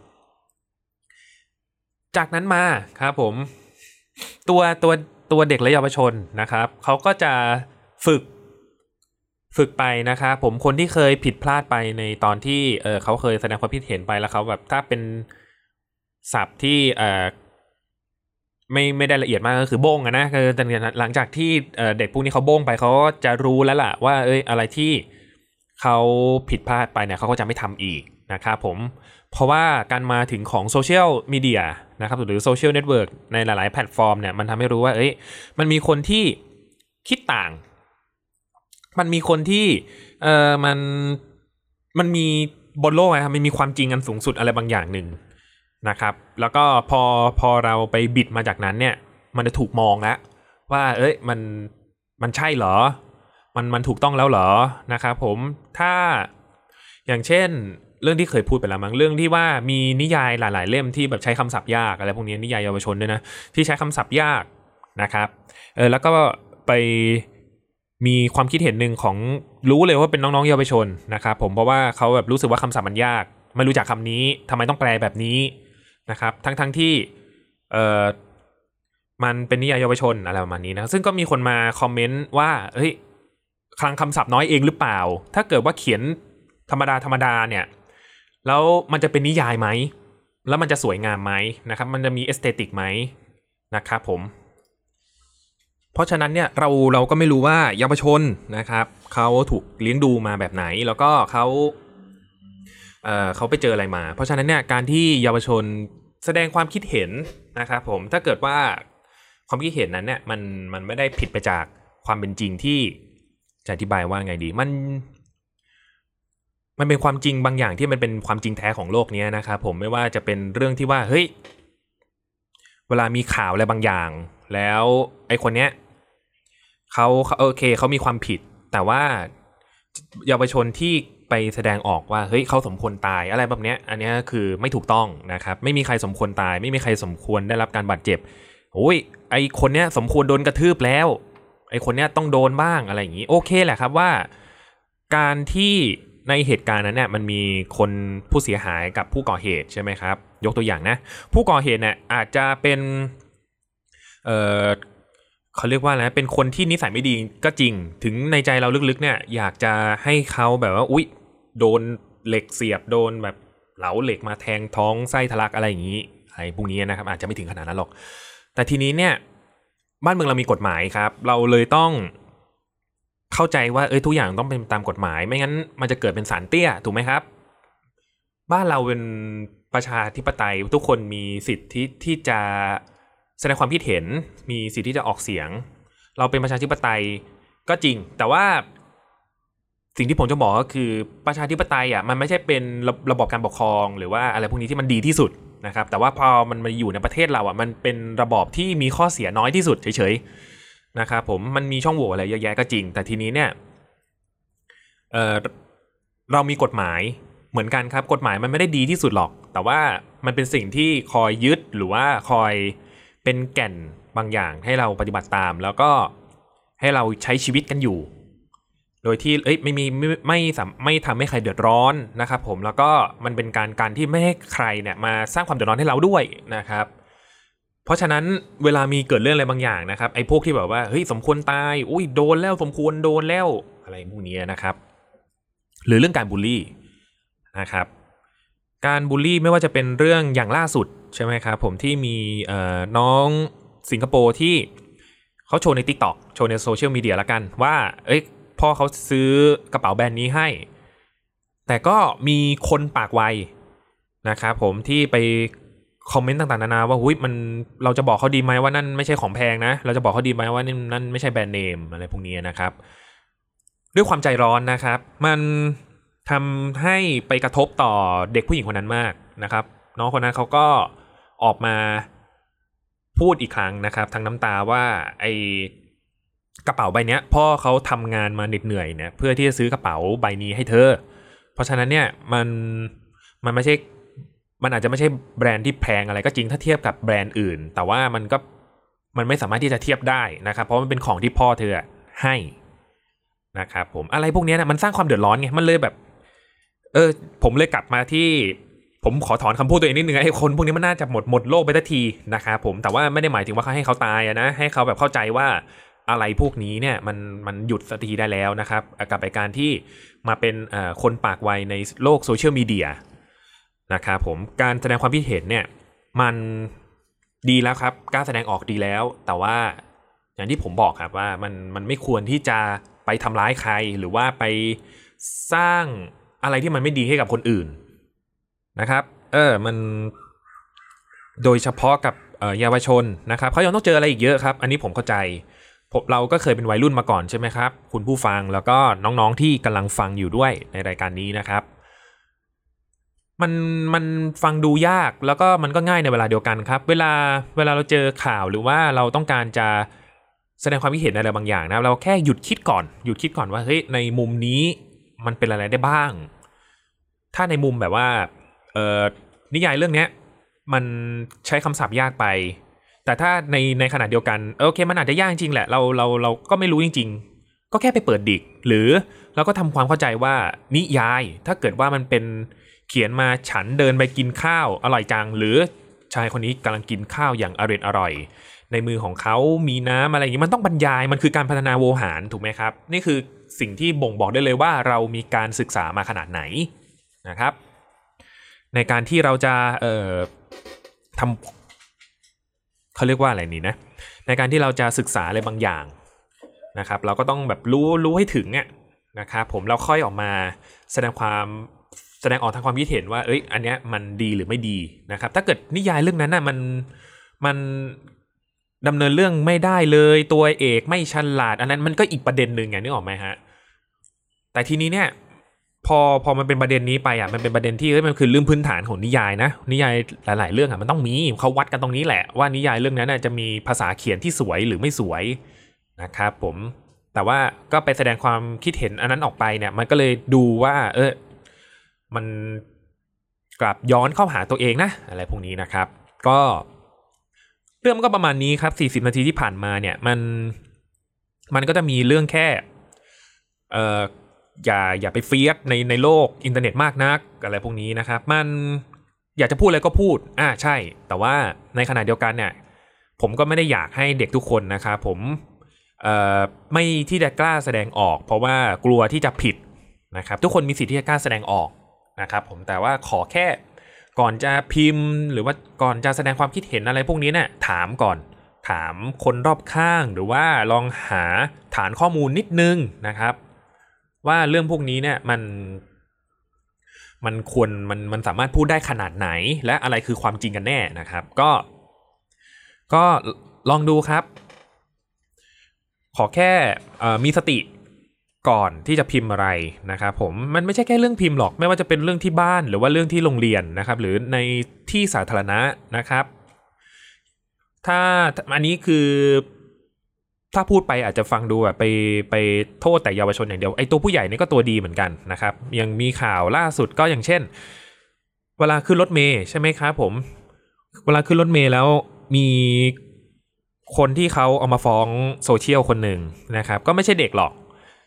จากนั้นมาครับผมตัวตัวตัวเด็กและเยาวชนนะครับเขาก็จะฝึกฝึกไปนะครับผมคนที่เคยผิดพลาดไปในตอนที่เออเขาเคยแสดงความคิดเห็นไปแล้วเขาแบบถ้าเป็นศัพท์ที่เออไม่ไม่ได้ละเอียดมากก็คือโบ้งนะคือแต่หลังจากที่เด็กพวกนี้เขาโบ้งไปเขาจะรู้แล้วล่ะว่าเอ้ยอะไรที่เขาผิดพลาดไปเนี่ยเขาก็จะไม่ทำอีกนะครับผมเพราะว่าการมาถึงของโซเชียลมีเดียนะครับหรือโซเชียลเน็ตเวิร์กในหลายๆแพลตฟอร์มเนี่ยมันทำให้รู้ว่าเอ้ยมันมีคนที่คิดต่างมันมีคนที่เออมันมันมีบนโลกนะครับมันมีความจริงอันสูงสุดอะไรบางอย่างหนึ่งนะครับแล้วก็พอพอเราไปบิดมาจากนั้นเนี่ยมันจะถูกมองแล้วว่าเอ้ยมันมันใช่เหรอมันมันถูกต้องแล้วเหรอนะครับผมถ้าอย่างเช่นเรื่องที่เคยพูดไปแล้วมั้งเรื่องที่ว่ามีนิยายหลายๆเล่มที่แบบใช้คำศัพท์ยากอะไรพวกนี้นิยายเยาวชนด้วยนะที่ใช้คำศัพท์ยากนะครับเออแล้วก็ไปมีความคิดเห็นหนึ่งของรู้เลยว่าเป็นน้องๆเยาวชนนะครับผมเพราะว่าเขาแบบรู้สึกว่าคำศัพท์มันยากไม่รู้จักคำนี้ทำไมต้องแปลแบบนี้นะครับทั้งๆที่เอ่อมันเป็นนิยายเยาวชนอะไรประมาณนี้นะซึ่งก็มีคนมาคอมเมนต์ว่าเฮ้ยคลังคำศัพท์น้อยเองหรือเปล่าถ้าเกิดว่าเขียนธรรมดาธรรมดาเนี่ยแล้วมันจะเป็นนิยายไหมแล้วมันจะสวยงามไหมนะครับมันจะมีเอสเตติกไหมนะครับผมเพราะฉะนั้นเนี่ยเราเราก็ไม่รู้ว่าเยาวชนนะครับเขาถูกเลี้ยงดูมาแบบไหนแล้วก็เขาเอ่อเขาไปเจออะไรมาเพราะฉะนั้นเนี่ยการที่เยาวชนแสดงความคิดเห็นนะครับผมถ้าเกิดว่าความคิดเห็นนั้นเนี่ยมันมันไม่ได้ผิดไปจากความเป็นจริงที่จะอธิบายว่าไงดีมันมันเป็นความจริงบางอย่างที่มันเป็นความจริงแท้ของโลกนี้นะครับผมไม่ว่าจะเป็นเรื่องที่ว่าเฮ้ยเวลามีข่าวอะไรบางอย่างแล้วไอ้คนเนี้ยเขาโอเคเขามีความผิดแต่ว่าเยาวชนที่ไปแสดงออกว่าเฮ้ยเขาสมควรตายอะไรแบบเนี้ยอันนี้คือไม่ถูกต้องนะครับไม่มีใครสมควรตายไม่มีใครสมควรได้รับการบาดเจ็บโอ้ยไอคนเนี้ยสมควรโดนกระทืบแล้วไอคนเนี้ยต้องโดนบ้างอะไรอย่างงี้โอเคแหละครับว่าการที่ในเหตุการณ์นั้นเนี่ยมันมีคนผู้เสียหายกับผู้ก่อเหตุใช่ไหมครับยกตัวอย่างนะผู้ก่อเหตุเนี่ยอาจจะเป็นเอ่อเขาเรียกว่าอะไรเป็นคนที่นิสัยไม่ดีก็จริงถึงในใจเราลึกๆเนี่ยอยากจะให้เขาแบบว่าอุ๊ยโดนเหล็กเสียบโดนแบบเหลาเหล็กมาแทงท้องไส้ทะลักอะไรอย่างนี้อะไรพวกนี้นะครับอาจจะไม่ถึงขนาดนั้นหรอกแต่ทีนี้เนี่ยบ้านเมืองเรามีกฎหมายครับเราเลยต้องเข้าใจว่าเอ้ยทุกอย่างต้องเป็นตามกฎหมายไม่งั้นมันจะเกิดเป็นศาลเตี้ยถูกไหมครับบ้านเราเป็นประชาธิปไตยทุกคนมีสิทธิที่ที่จะแสดงความคิดเห็นมีสิทธิที่จะออกเสียงเราเป็นประชาธิปไตยก็จริงแต่ว่าสิ่งที่ผมจะบอกก็คือประชาธิปไตยอ่ะมันไม่ใช่เป็นระระบบการปกครองหรือว่าอะไรพวกนี้ที่มันดีที่สุดนะครับแต่ว่าพอมันมาอยู่ในประเทศเราอ่ะมันเป็นระบอบที่มีข้อเสียน้อยที่สุดเฉยๆนะครับผมมันมีช่องโหว่อะไรเยอะแยะก็จริงแต่ทีนี้เนี่ยเอ่อเรามีกฎหมายเหมือนกันครับกฎหมายมันไม่ได้ดีที่สุดหรอกแต่ว่ามันเป็นสิ่งที่คอยยึดหรือว่าคอยเป็นแก่นบางอย่างให้เราปฏิบัติตามแล้วก็ให้เราใช้ชีวิตกันอยู่โดยที่เอ้ยไม่มีไม่ไม่ไม่ทำให้ใครเดือดร้อนนะครับผมแล้วก็มันเป็นการการที่ไม่ให้ใครเนี่ยมาสร้างความเดือดร้อนให้เราด้วยนะครับเพราะฉะนั้นเวลามีเกิดเรื่องอะไรบางอย่างนะครับไอ้พวกที่แบบว่าเฮ้ยสมควรตายอุ้ยโดนแล้วสมควรโดนแล้วอะไรพวกนี้นะครับหรือเรื่องการบูลลี่นะครับการบูลลี่ไม่ว่าจะเป็นเรื่องอย่างล่าสุดใช่ไหมครับผมที่มีเอ่อน้องสิงคโปร์ที่เขาโชว์ใน TikTok โชว์ในโซเชียลมีเดียละกันว่าเอ้ยพ่อเขาซื้อกระเป๋าแบรนด์นี้ให้แต่ก็มีคนปากไวนะครับผมที่ไปคอมเมนต์ต่างๆนานาว่าหุ้ยมันเราจะบอกเขาดีไหมว่านั่นไม่ใช่ของแพงนะเราจะบอกเขาดีไหมว่านั่นไม่ใช่แบรนด์เนมอะไรพวกนี้นะครับด้วยความใจร้อนนะครับมันทำให้ไปกระทบต่อเด็กผู้หญิงคนนั้นมากนะครับน้องคนนั้นเขาก็ออกมาพูดอีกครั้งนะครับทั้งน้ำตาว่าไอกระเป๋าใบนี้พ่อเขาทำงานมาเหน็ดเหนื่อยเนี่ยเพื่อที่จะซื้อกระเป๋าใบนี้ให้เธอเพราะฉะนั้นเนี่ยมันมันไม่ใช่มันอาจจะไม่ใช่แบรนด์ที่แพงอะไรก็จริงถ้าเทียบกับแบรนด์อื่นแต่ว่ามันก็มันไม่สามารถที่จะเทียบได้นะครับเพราะมันเป็นของที่พ่อเธอให้นะครับผมอะไรพวกนี้นะมันสร้างความเดือดร้อนไงมันเลยแบบเออผมเลยกลับมาที่ผมขอถอนคำพูดตัวเองนิดนึงไอ้คนพวกนี้มันน่าจะหมดหมดโลกไปทันทีนะครับผมแต่ว่าไม่ได้หมายถึงว่าเขาให้เขาตายนะให้เขาแบบเข้าใจว่าอะไรพวกนี้เนี่ยมันมันหยุดสักทีได้แล้วนะครับกับการที่มาเป็นคนปากไวในโลกโซเชียลมีเดียนะครับผมการแสดงความคิดเห็นเนี่ยมันดีแล้วครับกล้าแสดงออกดีแล้วแต่ว่าอย่างที่ผมบอกครับว่ามันมันไม่ควรที่จะไปทำร้ายใครหรือว่าไปสร้างอะไรที่มันไม่ดีให้กับคนอื่นนะครับเออมันโดยเฉพาะกับเยาวชนนะครับเขายังต้องเจออะไรอีกเยอะครับอันนี้ผมเข้าใจเราก็เคยเป็นวัยรุ่นมาก่อนใช่ไหมครับคุณผู้ฟังแล้วก็น้องๆที่กำลังฟังอยู่ด้วยในรายการนี้นะครับมันมันฟังดูยากแล้วก็มันก็ง่ายในเวลาเดียวกันครับเวลาเวลาเราเจอข่าวหรือว่าเราต้องการจะแสดงความคิดเห็นอะไรบางอย่างนะเราแค่หยุดคิดก่อนหยุดคิดก่อนว่าเฮ้ยในมุมนี้มันเป็นอะไรได้บ้างถ้าในมุมแบบว่าเอ่อนิยายเรื่องนี้มันใช้คำศัพท์ยากไปแต่ถ้าในในขณะเดียวกันโอเคมันอาจจะยากจริงแหละเราเราเราก็ไม่รู้จริงๆก็แค่ไปเปิดดิกหรือเราก็ทำความเข้าใจว่านิยายถ้าเกิดว่ามันเป็นเขียนมาฉันเดินไปกินข้าวอร่อยจังหรือชายคนนี้กำลังกินข้าวอย่างอร่อยอร่อยในมือของเขามีน้ำอะไรอย่างนี้มันต้องบรรยายมันคือการพัฒนาโวหารถูกไหมครับนี่คือสิ่งที่บ่งบอกได้เลยว่าเรามีการศึกษามาขนาดไหนนะครับในการที่เราจะเอ่อทำเขาเรียกว่าอะไรนี่นะในการที่เราจะศึกษาอะไรบางอย่างนะครับเราก็ต้องแบบรู้รู้ให้ถึงอ่ะนะครับผมเราค่อยออกมาแสดงความแสดงออกทางความคิดเห็นว่าเอ้ยอันเนี้ยมันดีหรือไม่ดีนะครับถ้าเกิดนิยายเรื่องนั้นน่ะมันมันดำเนินเรื่องไม่ได้เลยตัวเอกไม่ฉลาดอันนั้นมันก็อีกประเด็นนึงไงนึกออกไหมฮะแต่ทีนี้เนี่ยพอพอมันเป็นประเด็นนี้ไปอ่ะมันเป็นประเด็นที่เฮ้ยมันคือเรื่องพื้นฐานของนิยายนะนิยายหลายๆเรื่องอ่ะมันต้องมีเขาวัดกันตรงนี้แหละว่านิยายเรื่องนั้นน่ะจะมีภาษาเขียนที่สวยหรือไม่สวยนะครับผมแต่ว่าก็ไปแสดงความคิดเห็นอันนั้นออกไปเนี่ยมันก็เลยดูว่าเออมันกลับย้อนเข้าหาตัวเองนะอะไรพวกนี้นะครับก็เรื่องมันก็ประมาณนี้ครับสี่สิบนาทีที่ผ่านมาเนี่ยมันมันก็จะมีเรื่องแค่เอ่ออย่าอย่าไปเฟียสในในโลกอินเทอร์เน็ตมากนักอะไรพวกนี้นะครับมันอยากจะพูดอะไรก็พูดอ่าใช่แต่ว่าในขณะเดียวกันเนี่ยผมก็ไม่ได้อยากให้เด็กทุกคนนะครับผมเอ่อไม่ที่จะกล้าแสดงออกเพราะว่ากลัวที่จะผิดนะครับทุกคนมีสิทธิ์ที่จะกล้าแสดงออกนะครับผมแต่ว่าขอแค่ก่อนจะพิมพ์หรือว่าก่อนจะแสดงความคิดเห็นอะไรพวกนี้เนี่ยถามก่อนถามคนรอบข้างหรือว่าลองหาฐานข้อมูลนิดนึงนะครับว่าเรื่องพวกนี้เนี่ยมันมันควรมันมันสามารถพูดได้ขนาดไหนและอะไรคือความจริงกันแน่นะครับก็ก็ลองดูครับขอแค่มีสติก่อนที่จะพิมพ์อะไรนะครับผมมันไม่ใช่แค่เรื่องพิมพ์หรอกไม่ว่าจะเป็นเรื่องที่บ้านหรือว่าเรื่องที่โรงเรียนนะครับหรือในที่สาธารณะนะครับถ้าอันนี้คือถ้าพูดไปอาจจะฟังดูแบบไปไปโทษแต่เยาวชนอย่างเดียวไอ้ตัวผู้ใหญ่นี่ก็ตัวดีเหมือนกันนะครับยังมีข่าวล่าสุดก็อย่างเช่นเวลาขึ้นรถเมล์ใช่ไหมครับผมเวลาขึ้นรถเมล์แล้วมีคนที่เขาเอามาฟ้องโซเชียลคนหนึ่งนะครับก็ไม่ใช่เด็กหรอก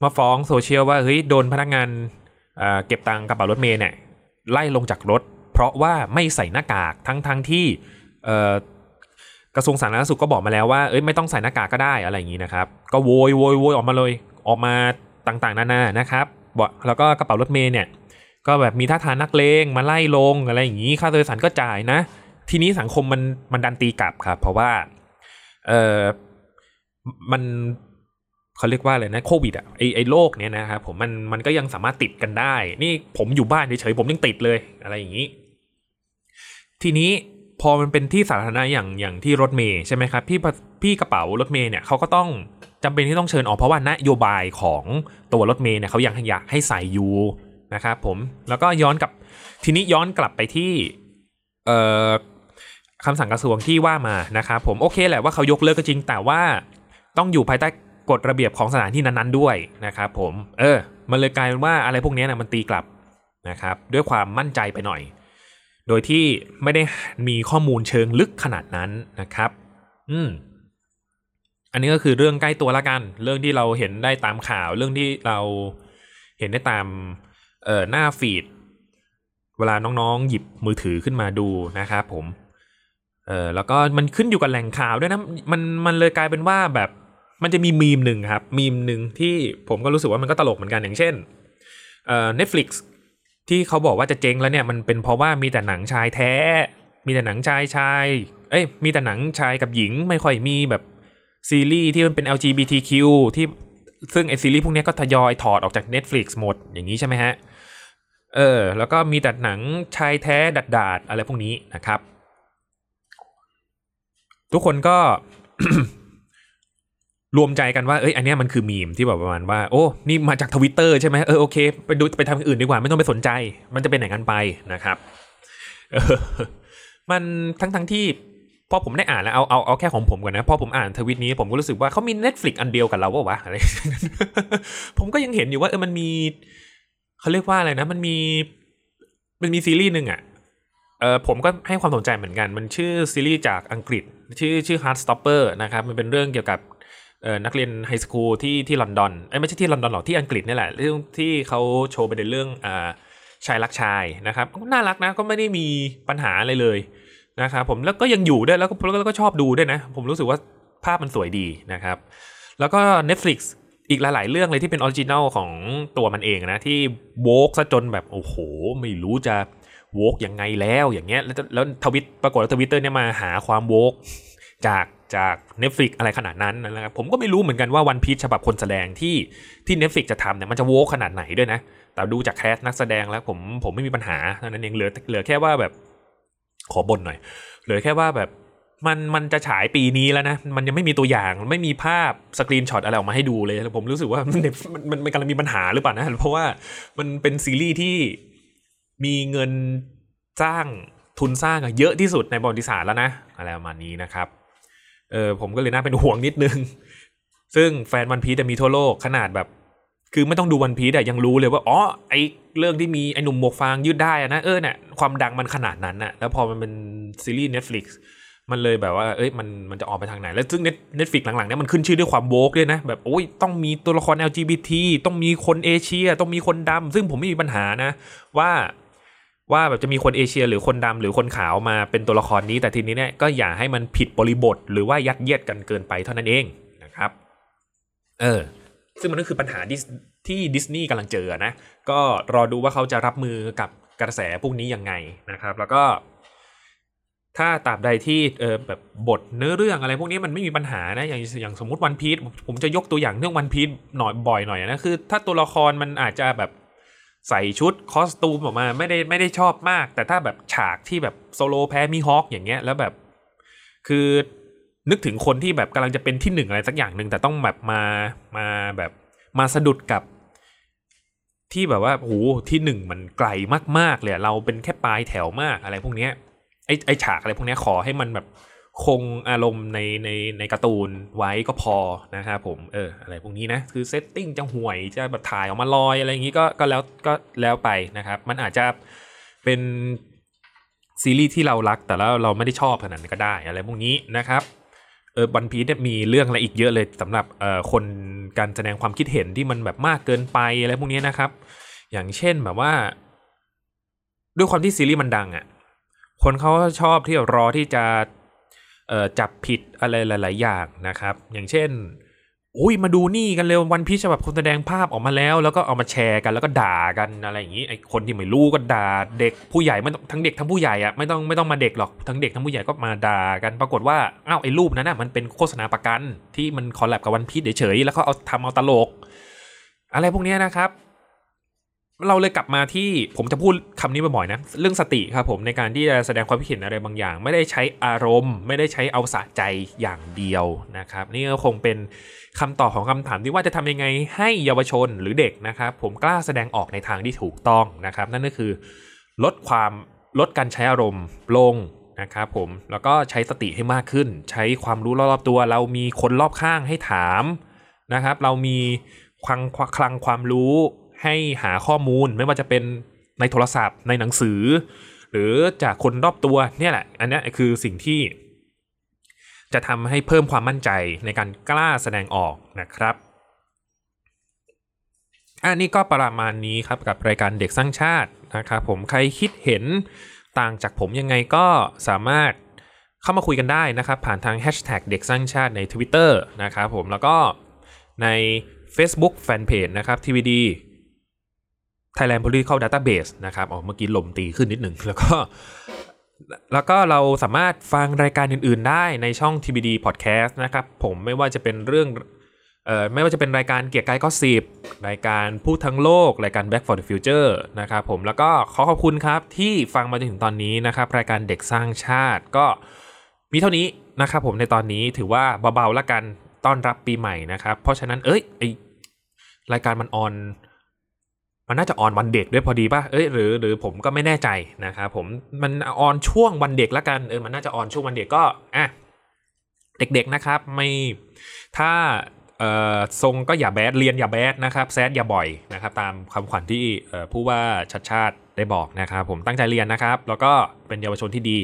มาฟ้องโซเชียลว่าเฮ้ยโดนพนักงานเก็บตังค์กระเป๋ารถเมล์เนี่ยไล่ลงจากรถเพราะว่าไม่ใส่หน้ากากทั้งทั้งที่กระทรวงสาธารณสุขก็บอกมาแล้วว่าเอ้ยไม่ต้องใส่หน้ากากก็ได้อะไรอย่างนี้นะครับก็โวยโวยโวยออกมาเลยออกมาต่างๆนานานะครับบอกแล้วก็กระเป๋ารถเมล์เนี่ยก็แบบมีท่าทางนักเลงมาไล่ลงอะไรอย่างนี้ค่าโดยสารก็จ่ายนะทีนี้สังคมมันมันดันตีกลับครับเพราะว่าเออมันเขาเรียกว่าอะไรนะโควิดอ่ะไอไอโรคเนี้ยนะครับผมมันมันก็ยังสามารถติดกันได้นี่ผมอยู่บ้านเฉยๆผมยังติดเลยอะไรอย่างนี้ทีนี้พอมันเป็นที่สาธารณะอย่างอย่างที่รถเมย์ใช่ไหมครับพี่พี่กระเป๋ารถเมย์เนี่ยเขาก็ต้องจำเป็นที่ต้องเชิญออกเพราะว่านโยบายของตัวรถเมย์เนี่ยเขายังอยากให้ใส่อยู่นะครับผมแล้วก็ย้อนกลับทีนี้ย้อนกลับไปที่เอ่อคำสั่งกระทรวงที่ว่ามานะครับผมโอเคแหละว่าเขายกเลิกก็จริงแต่ว่าต้องอยู่ภายใต้กฎระเบียบของสถานที่นั้นๆด้วยนะครับผมเออมันเลยกลายเป็นว่าอะไรพวกนี้นะมันตีกลับนะครับด้วยความมั่นใจไปหน่อยโดยที่ไม่ได้มีข้อมูลเชิงลึกขนาดนั้นนะครับอืมอันนี้ก็คือเรื่องใกล้ตัวละกันเรื่องที่เราเห็นได้ตามข่าวเรื่องที่เราเห็นได้ตามเอ่อหน้าฟีดเวลาน้องๆหยิบมือถือขึ้นมาดูนะครับผมเอ่อแล้วก็มันขึ้นอยู่กับแหล่งข่าวด้วยนะมันมันเลยกลายเป็นว่าแบบมันจะมีมีมหนึ่งครับมีมหนึ่งที่ผมก็รู้สึกว่ามันก็ตลกเหมือนกันอย่างเช่นเอ่อ Netflix ที่เขาบอกว่าจะเจ๊งแล้วเนี่ยมันเป็นเพราะว่ามีแต่หนังชายแท้มีแต่หนังชายชายเอ้ยมีแต่หนังชายกับหญิงไม่ค่อยมีแบบซีรีส์ที่มันเป็น แอล จี บี ที คิว ที่ซึ่งไอซีรีส์พวกนี้ก็ทยอยถอดออกจาก Netflix หมดอย่างนี้ใช่ไหมฮะเออแล้วก็มีแต่หนังชายแท้ดัดๆอะไรพวกนี้นะครับทุกคนก็ รวมใจกันว่าเอ้ยอันนี้มันคือมีมที่แบบประมาณว่าโอ้นี่มาจาก Twitter ใช่ไหมเออโอเคไปดูไปทำอื่นดีกว่าไม่ต้องไปสนใจมันจะเป็นอย่างนั้นไปนะครับเออมันทั้งทั้งที่พอผมได้อ่านแล้วเอาเอาเอาแค่ของผมก่อนนะพอผมอ่านทวิตนี้ผมก็รู้สึกว่าเขามี Netflix อันเดียวกับเราป่ะวะอะไร ผมก็ยังเห็นอยู่ว่าเออมันมีเขาเรียกว่าอะไรนะมันมีมันมีซีรีส์นึงอ่ะเออผมก็ให้ความสนใจเหมือนกันมันชื่อซีรีส์จากอังกฤษชื่อชื่อ Heartstopper นะครับมันเป็นเรื่องเกี่ยวกับเอ่อนักเรียนไฮสคูลที่ที่ลอนดอนเอ้ยไม่ใช่ที่ลอนดอนหรอกที่อังกฤษนี่แหละเรื่องที่เขาโชว์ไปในเรื่องอ่าชายรักชายนะครับน่ารักนะก็ไม่ได้มีปัญหาอะไรเลยนะครับผมแล้วก็ยังอยู่ด้วยแล้วก็แล้วก็ชอบดูด้วยนะผมรู้สึกว่าภาพมันสวยดีนะครับแล้วก็ Netflix อีกหลายๆเรื่องเลยที่เป็นออริจินัลของตัวมันเองนะที่โวกซะจนแบบโอ้โหไม่รู้จะโวกยังไงแล้วอย่างเงี้ยแล้วแล้วทวิตปรากฏว่าทวิตเตอร์เนี่ยมาหาความโวกจากจาก Netflix อะไรขนาดนั้นนะครับผมก็ไม่รู้เหมือนกันว่า One Piece ฉบับคนแสดงที่ที่ Netflix จะทำเนี่ยมันจะโวกขนาดไหนด้วยนะแต่ดูจากแคสนักแสดงแล้วผมผมไม่มีปัญหาเท่านั้นเองเหลือเหลือแค่ว่าแบบขอบ่นหน่อยเหลือแค่ว่าแบบมันมันจะฉายปีนี้แล้วนะมันยังไม่มีตัวอย่างไม่มีภาพสกรีนช็อตอะไรออกมาให้ดูเลยผมรู้สึกว่ามันมันมันกำลังมีปัญหาหรือเปล่านะเพราะว่ามันเป็นซีรีส์ที่มีเงินสร้างทุนสร้างเยอะที่สุดในประวัติศาสตร์แล้วนะอะไรประมาณนี้นะครับเออผมก็เลยน่าเป็นห่วงนิดนึงซึ่งแฟนวันพีซจะมีทั่วโลกขนาดแบบคือไม่ต้องดูวันพีซอะยังรู้เลยว่าอ๋อไอเรื่องที่มีไอหนุ่มหมวกฟางยืดได้อะนะเออเนี่ยความดังมันขนาดนั้นอะแล้วพอมันเป็นซีรีส์ Netflix มันเลยแบบว่าเอ้ยมันมันจะออกไปทางไหนแล้วซึ่ง Netflix หลังๆเนี่ยมันขึ้นชื่อด้วยความโวกด้วยนะแบบโอ้ยต้องมีตัวละคร แอล จี บี ที ต้องมีคนเอเชียต้องมีคนดำซึ่งผมไม่มีปัญหานะว่าว่าแบบจะมีคนเอเชียหรือคนดำหรือคนขาวมาเป็นตัวละครนี้แต่ทีนี้เนี่ยก็อย่าให้มันผิดบริบทหรือว่ายัดเยียดกันเกินไปเท่านั้นเองนะครับเออซึ่งมันก็คือปัญหาที่ดิสนีย์กำลังเจอนะก็รอดูว่าเขาจะรับมือกับกระแสพวกนี้ยังไงนะครับแล้วก็ถ้าตราบใดที่เออแบบบทเนื้อเรื่องอะไรพวกนี้มันไม่มีปัญหานะอย่างอย่างสมมุติวันพีซผมจะยกตัวอย่างเรื่องวันพีซหน่อยบ่อยหน่อยนะคือถ้าตัวละครมันอาจจะแบบใส่ชุดคอสตูมออกมาไม่ได้ไม่ได้ชอบมากแต่ถ้าแบบฉากที่แบบโซโลแพ้มีฮอคอย่างเงี้ยแล้วแบบคือนึกถึงคนที่แบบกำลังจะเป็นที่หนึ่งอะไรสักอย่างหนึ่งแต่ต้องแบบมามาแบบมาสะดุดกับที่แบบว่าโอ้โหที่หนึ่งมันไกลมากๆเลยเราเป็นแค่ปลายแถวมากอะไรพวกเนี้ยไอ้ไอ้ฉากอะไรพวกนี้ขอให้มันแบบคงอารมณ์ในในในการ์ตูนไว้ก็พอนะครับผมเอออะไรพวกนี้นะคือเซตติ้งจะห่วยจะแบบถ่ายออกมาลอยอะไรอย่างนี้ก็ก็แล้วก็แล้วไปนะครับมันอาจจะเป็นซีรีส์ที่เรารักแต่แล้วเราไม่ได้ชอบขนาดนั้นก็ได้อะไรพวกนี้นะครับเออวันพีซเนี่ยมีเรื่องอะไรอีกเยอะเลยสำหรับเอ่อคนการแสดงความคิดเห็นที่มันแบบมากเกินไปอะไรพวกนี้นะครับอย่างเช่นแบบว่าด้วยความที่ซีรีส์มันดังอ่ะคนเขาชอบที่รอที่จะเอ่อจับผิดอะไรหลายๆอย่างนะครับอย่างเช่นอุ้ยมาดูนี่กันเร็ววันพีซฉบับคนแสดงภาพออกมาแล้วแล้วก็เอามาแชร์กันแล้วก็ด่ากันอะไรอย่างนี้ไอคนที่ไม่รู้ก็ด่าเด็กผู้ใหญ่ไม่ต้องทั้งเด็กทั้งผู้ใหญ่อะไม่ต้องไม่ต้องมาเด็กหรอกทั้งเด็กทั้งผู้ใหญ่ก็มาด่ากันปรากฏว่าอ้าวไอรูปนั้นน่ะมันเป็นโฆษณาประกันที่มันคอลแลบกับวันพีซเฉยๆแล้วเขาเอาทำเอาตลกอะไรพวกนี้นะครับเราเลยกลับมาที่ผมจะพูดคำนี้บ่อยๆนะเรื่องสติครับผมในการที่จะแสดงความคิดเห็นอะไรบางอย่างไม่ได้ใช้อารมณ์ไม่ได้ใช้เอาสะใจอย่างเดียวนะครับนี่ก็คงเป็นคำตอบของคำถามที่ว่าจะทำยังไงให้เยาวชนหรือเด็กนะครับผมกล้าแสดงออกในทางที่ถูกต้องนะครับนั่นก็คือลดความลดการใช้อารมณ์ลงนะครับผมแล้วก็ใช้สติให้มากขึ้นใช้ความรู้รอบๆตัวเรามีคนรอบข้างให้ถามนะครับเรามีคลังคลังความรู้ให้หาข้อมูลไม่ว่าจะเป็นในโทรศัพท์ในหนังสือหรือจากคนรอบตัวเนี่ยแหละอันนี้คือสิ่งที่จะทำให้เพิ่มความมั่นใจในการกล้าแสดงออกนะครับอันนี้ก็ประมาณนี้ครับกับรายการเด็กสร้างชาตินะครับผมใครคิดเห็นต่างจากผมยังไงก็สามารถเข้ามาคุยกันได้นะครับผ่านทางแฮชแท็กเด็กสร้างชาติใน Twitter นะครับผมแล้วก็ใน Facebook Fanpage นะครับ ที วี ดี Thailand Political Database นะครับอ๋อเมื่อกี้ลมตีขึ้นนิดหนึ่งแล้วก็แล้วก็เราสามารถฟังรายการอื่นๆได้ในช่อง ที บี ดี Podcast นะครับผมไม่ว่าจะเป็นเรื่องเอ่อไม่ว่าจะเป็นรายการเกียร์กายก็สิบรายการพูดทั้งโลกรายการ Back for the Future นะครับผมแล้วก็ขอขอบคุณครับที่ฟังมาจนถึงตอนนี้นะครับรายการเด็กสร้างชาติก็มีเท่านี้นะครับผมในตอนนี้ถือว่าเบาๆละกันต้อนรับปีใหม่นะครับเพราะฉะนั้นเอ้ยไอรายการมันออนมันน่าจะออนวันเด็กด้วยพอดีป่ะเอ้ยหรือหรือผมก็ไม่แน่ใจนะครับผมมันออนช่วงวันเด็กละกันเออมันน่าจะออนช่วงวันเด็กก็อ่ะเด็กๆนะครับไม่ถ้าเอ่อทรงก็อย่าแบดเรียนอย่าแบดนะครับแซดอย่าบ่อยนะครับตามคำขวัญที่เอ่อผู้ว่าชัดชาติได้บอกนะครับผมตั้งใจเรียนนะครับแล้วก็เป็นเยาวชนที่ดี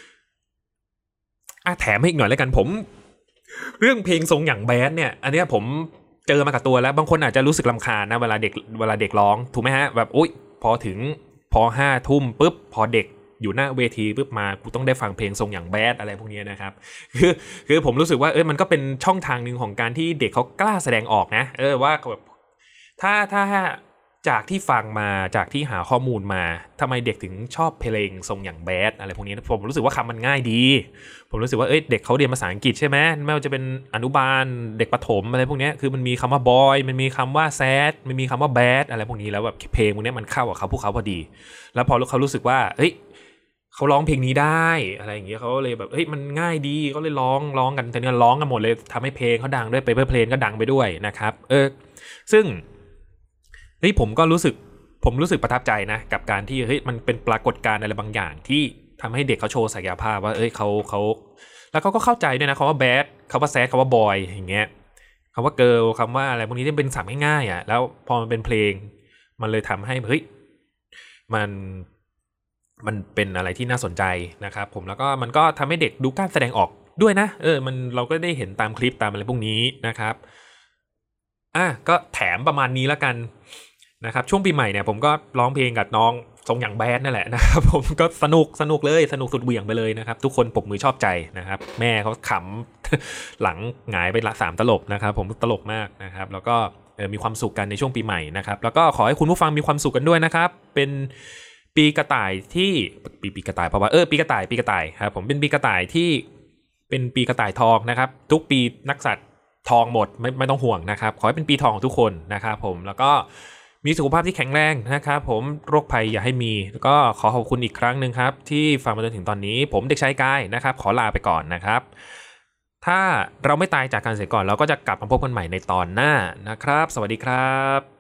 อ่ะแถมให้อีกหน่อยแล้วกันผมเรื่องเพลงทรงอย่างแบดเนี่ยอันเนี้ยผมเจอมากับตัวแล้วบางคนอาจจะรู้สึกรำคาญนะเวลาเด็กเวลาเด็กร้องถูกไหมฮะแบบอุ๊ยพอถึงพอห้าทุ่มปุ๊บพอเด็กอยู่หน้าเวทีปุ๊บมากูต้องได้ฟังเพลงทรงอย่างแบดอะไรพวกนี้นะครับคือคือผมรู้สึกว่าเออมันก็เป็นช่องทางนึงของการที่เด็กเขากล้าแสดงออกนะเออว่าแบบถ้าถ้าจากที่ฟังมาจากที่หาข้อมูลมาทำไมเด็กถึงชอบเพลงทรงอย่างแบดอะไรพวกนี้ผมรู้สึกว่าคำมันง่ายดีผมรู้สึกว่าเอ้ยเด็กเขาเรียนภาษาอังกฤษใช่ไหมไม่ว่าจะเป็นอนุบาลเด็กประถมอะไรพวกนี้คือมันมีคำว่าบอยมันมีคำว่าแซดมันมีคำว่าแบดอะไรพวกนี้แล้วแบบเพลงพวกนี้มันเข้ากับเขาพวกเขาพอดีแล้วพอเขารู้สึกว่าเฮ้ยเขาร้องเพลงนี้ได้อะไรอย่างเงี้ยเขาเลยแบบเฮ้ยมันง่ายดีก็เลยร้องร้องกันแต่เนี่ยร้องกันหมดเลยทำให้เพลงเขาดังด้วยเปเปอร์เพลนก็ดังไปด้วยนะครับเออซึ่งเฮ้ยผมก็รู้สึกผมรู้สึกประทับใจนะกับการที่เฮ้ยมันเป็นปรากฏการณ์อะไรบางอย่างที่ทำให้เด็กเขาโชว์ศักยภาพว่าเอ้ยเขาเขาแล้วเขาก็เข้าใจด้วยนะคำว่าแบดคำว่าแซดคำว่าบอยอย่างเงี้ยคำว่าเกิร์ลคำว่าอะไรพวกนี้ที่เป็นศัพท์ง่ายๆอ่ะแล้วพอมันเป็นเพลงมันเลยทำให้เฮ้ยมันมันเป็นอะไรที่น่าสนใจนะครับผมแล้วก็มันก็ทำให้เด็กดูกล้าแสดงออกด้วยนะเออมันเราก็ได้เห็นตามคลิปตามอะไรพวกนี้นะครับอ่ะก็แถมประมาณนี้แล้วกันนะครับช่วงปีใหม่เนี่ยผมก็ร้องเพลงกับน้องทรงอย่างแบดนั่นแหละนะครับผมก็สนุกสนุกเลยสนุกสุดเหวี่ยงไปเลยนะครับทุกคนปรบมือชอบใจนะครับแม่เขาขำหลังหงายไปละสามตลบนะครับผมตลกมากนะครับแล้วก็มีความสุขกันในช่วงปีใหม่นะครับแล้วก็ขอให้คุณผู้ฟังมีความสุขกันด้วยนะครับเป็นปีกระต่ายที่ปีปีกระต่ายเพราะว่าเออปีกระต่ายปีกระต่ายครับผมเป็นปีกระต่ายที่เป็นปีกระต่ายทองนะครับทุกปีนักสัตว์ทองหมดไม่ไม่ต้องห่วงนะครับขอให้เป็นปีทองของทุกคนนะครับผมแล้วก็มีสุขภาพที่แข็งแรงนะครับผมโรคภัยอย่าให้มีแล้วก็ขอขอบคุณอีกครั้งนึงครับที่ฟังมาจนถึงตอนนี้ผมเด็กชายกายนะครับขอลาไปก่อนนะครับถ้าเราไม่ตายจากการเสียก่อนเราก็จะกลับมาพบกันใหม่ในตอนหน้านะครับสวัสดีครับ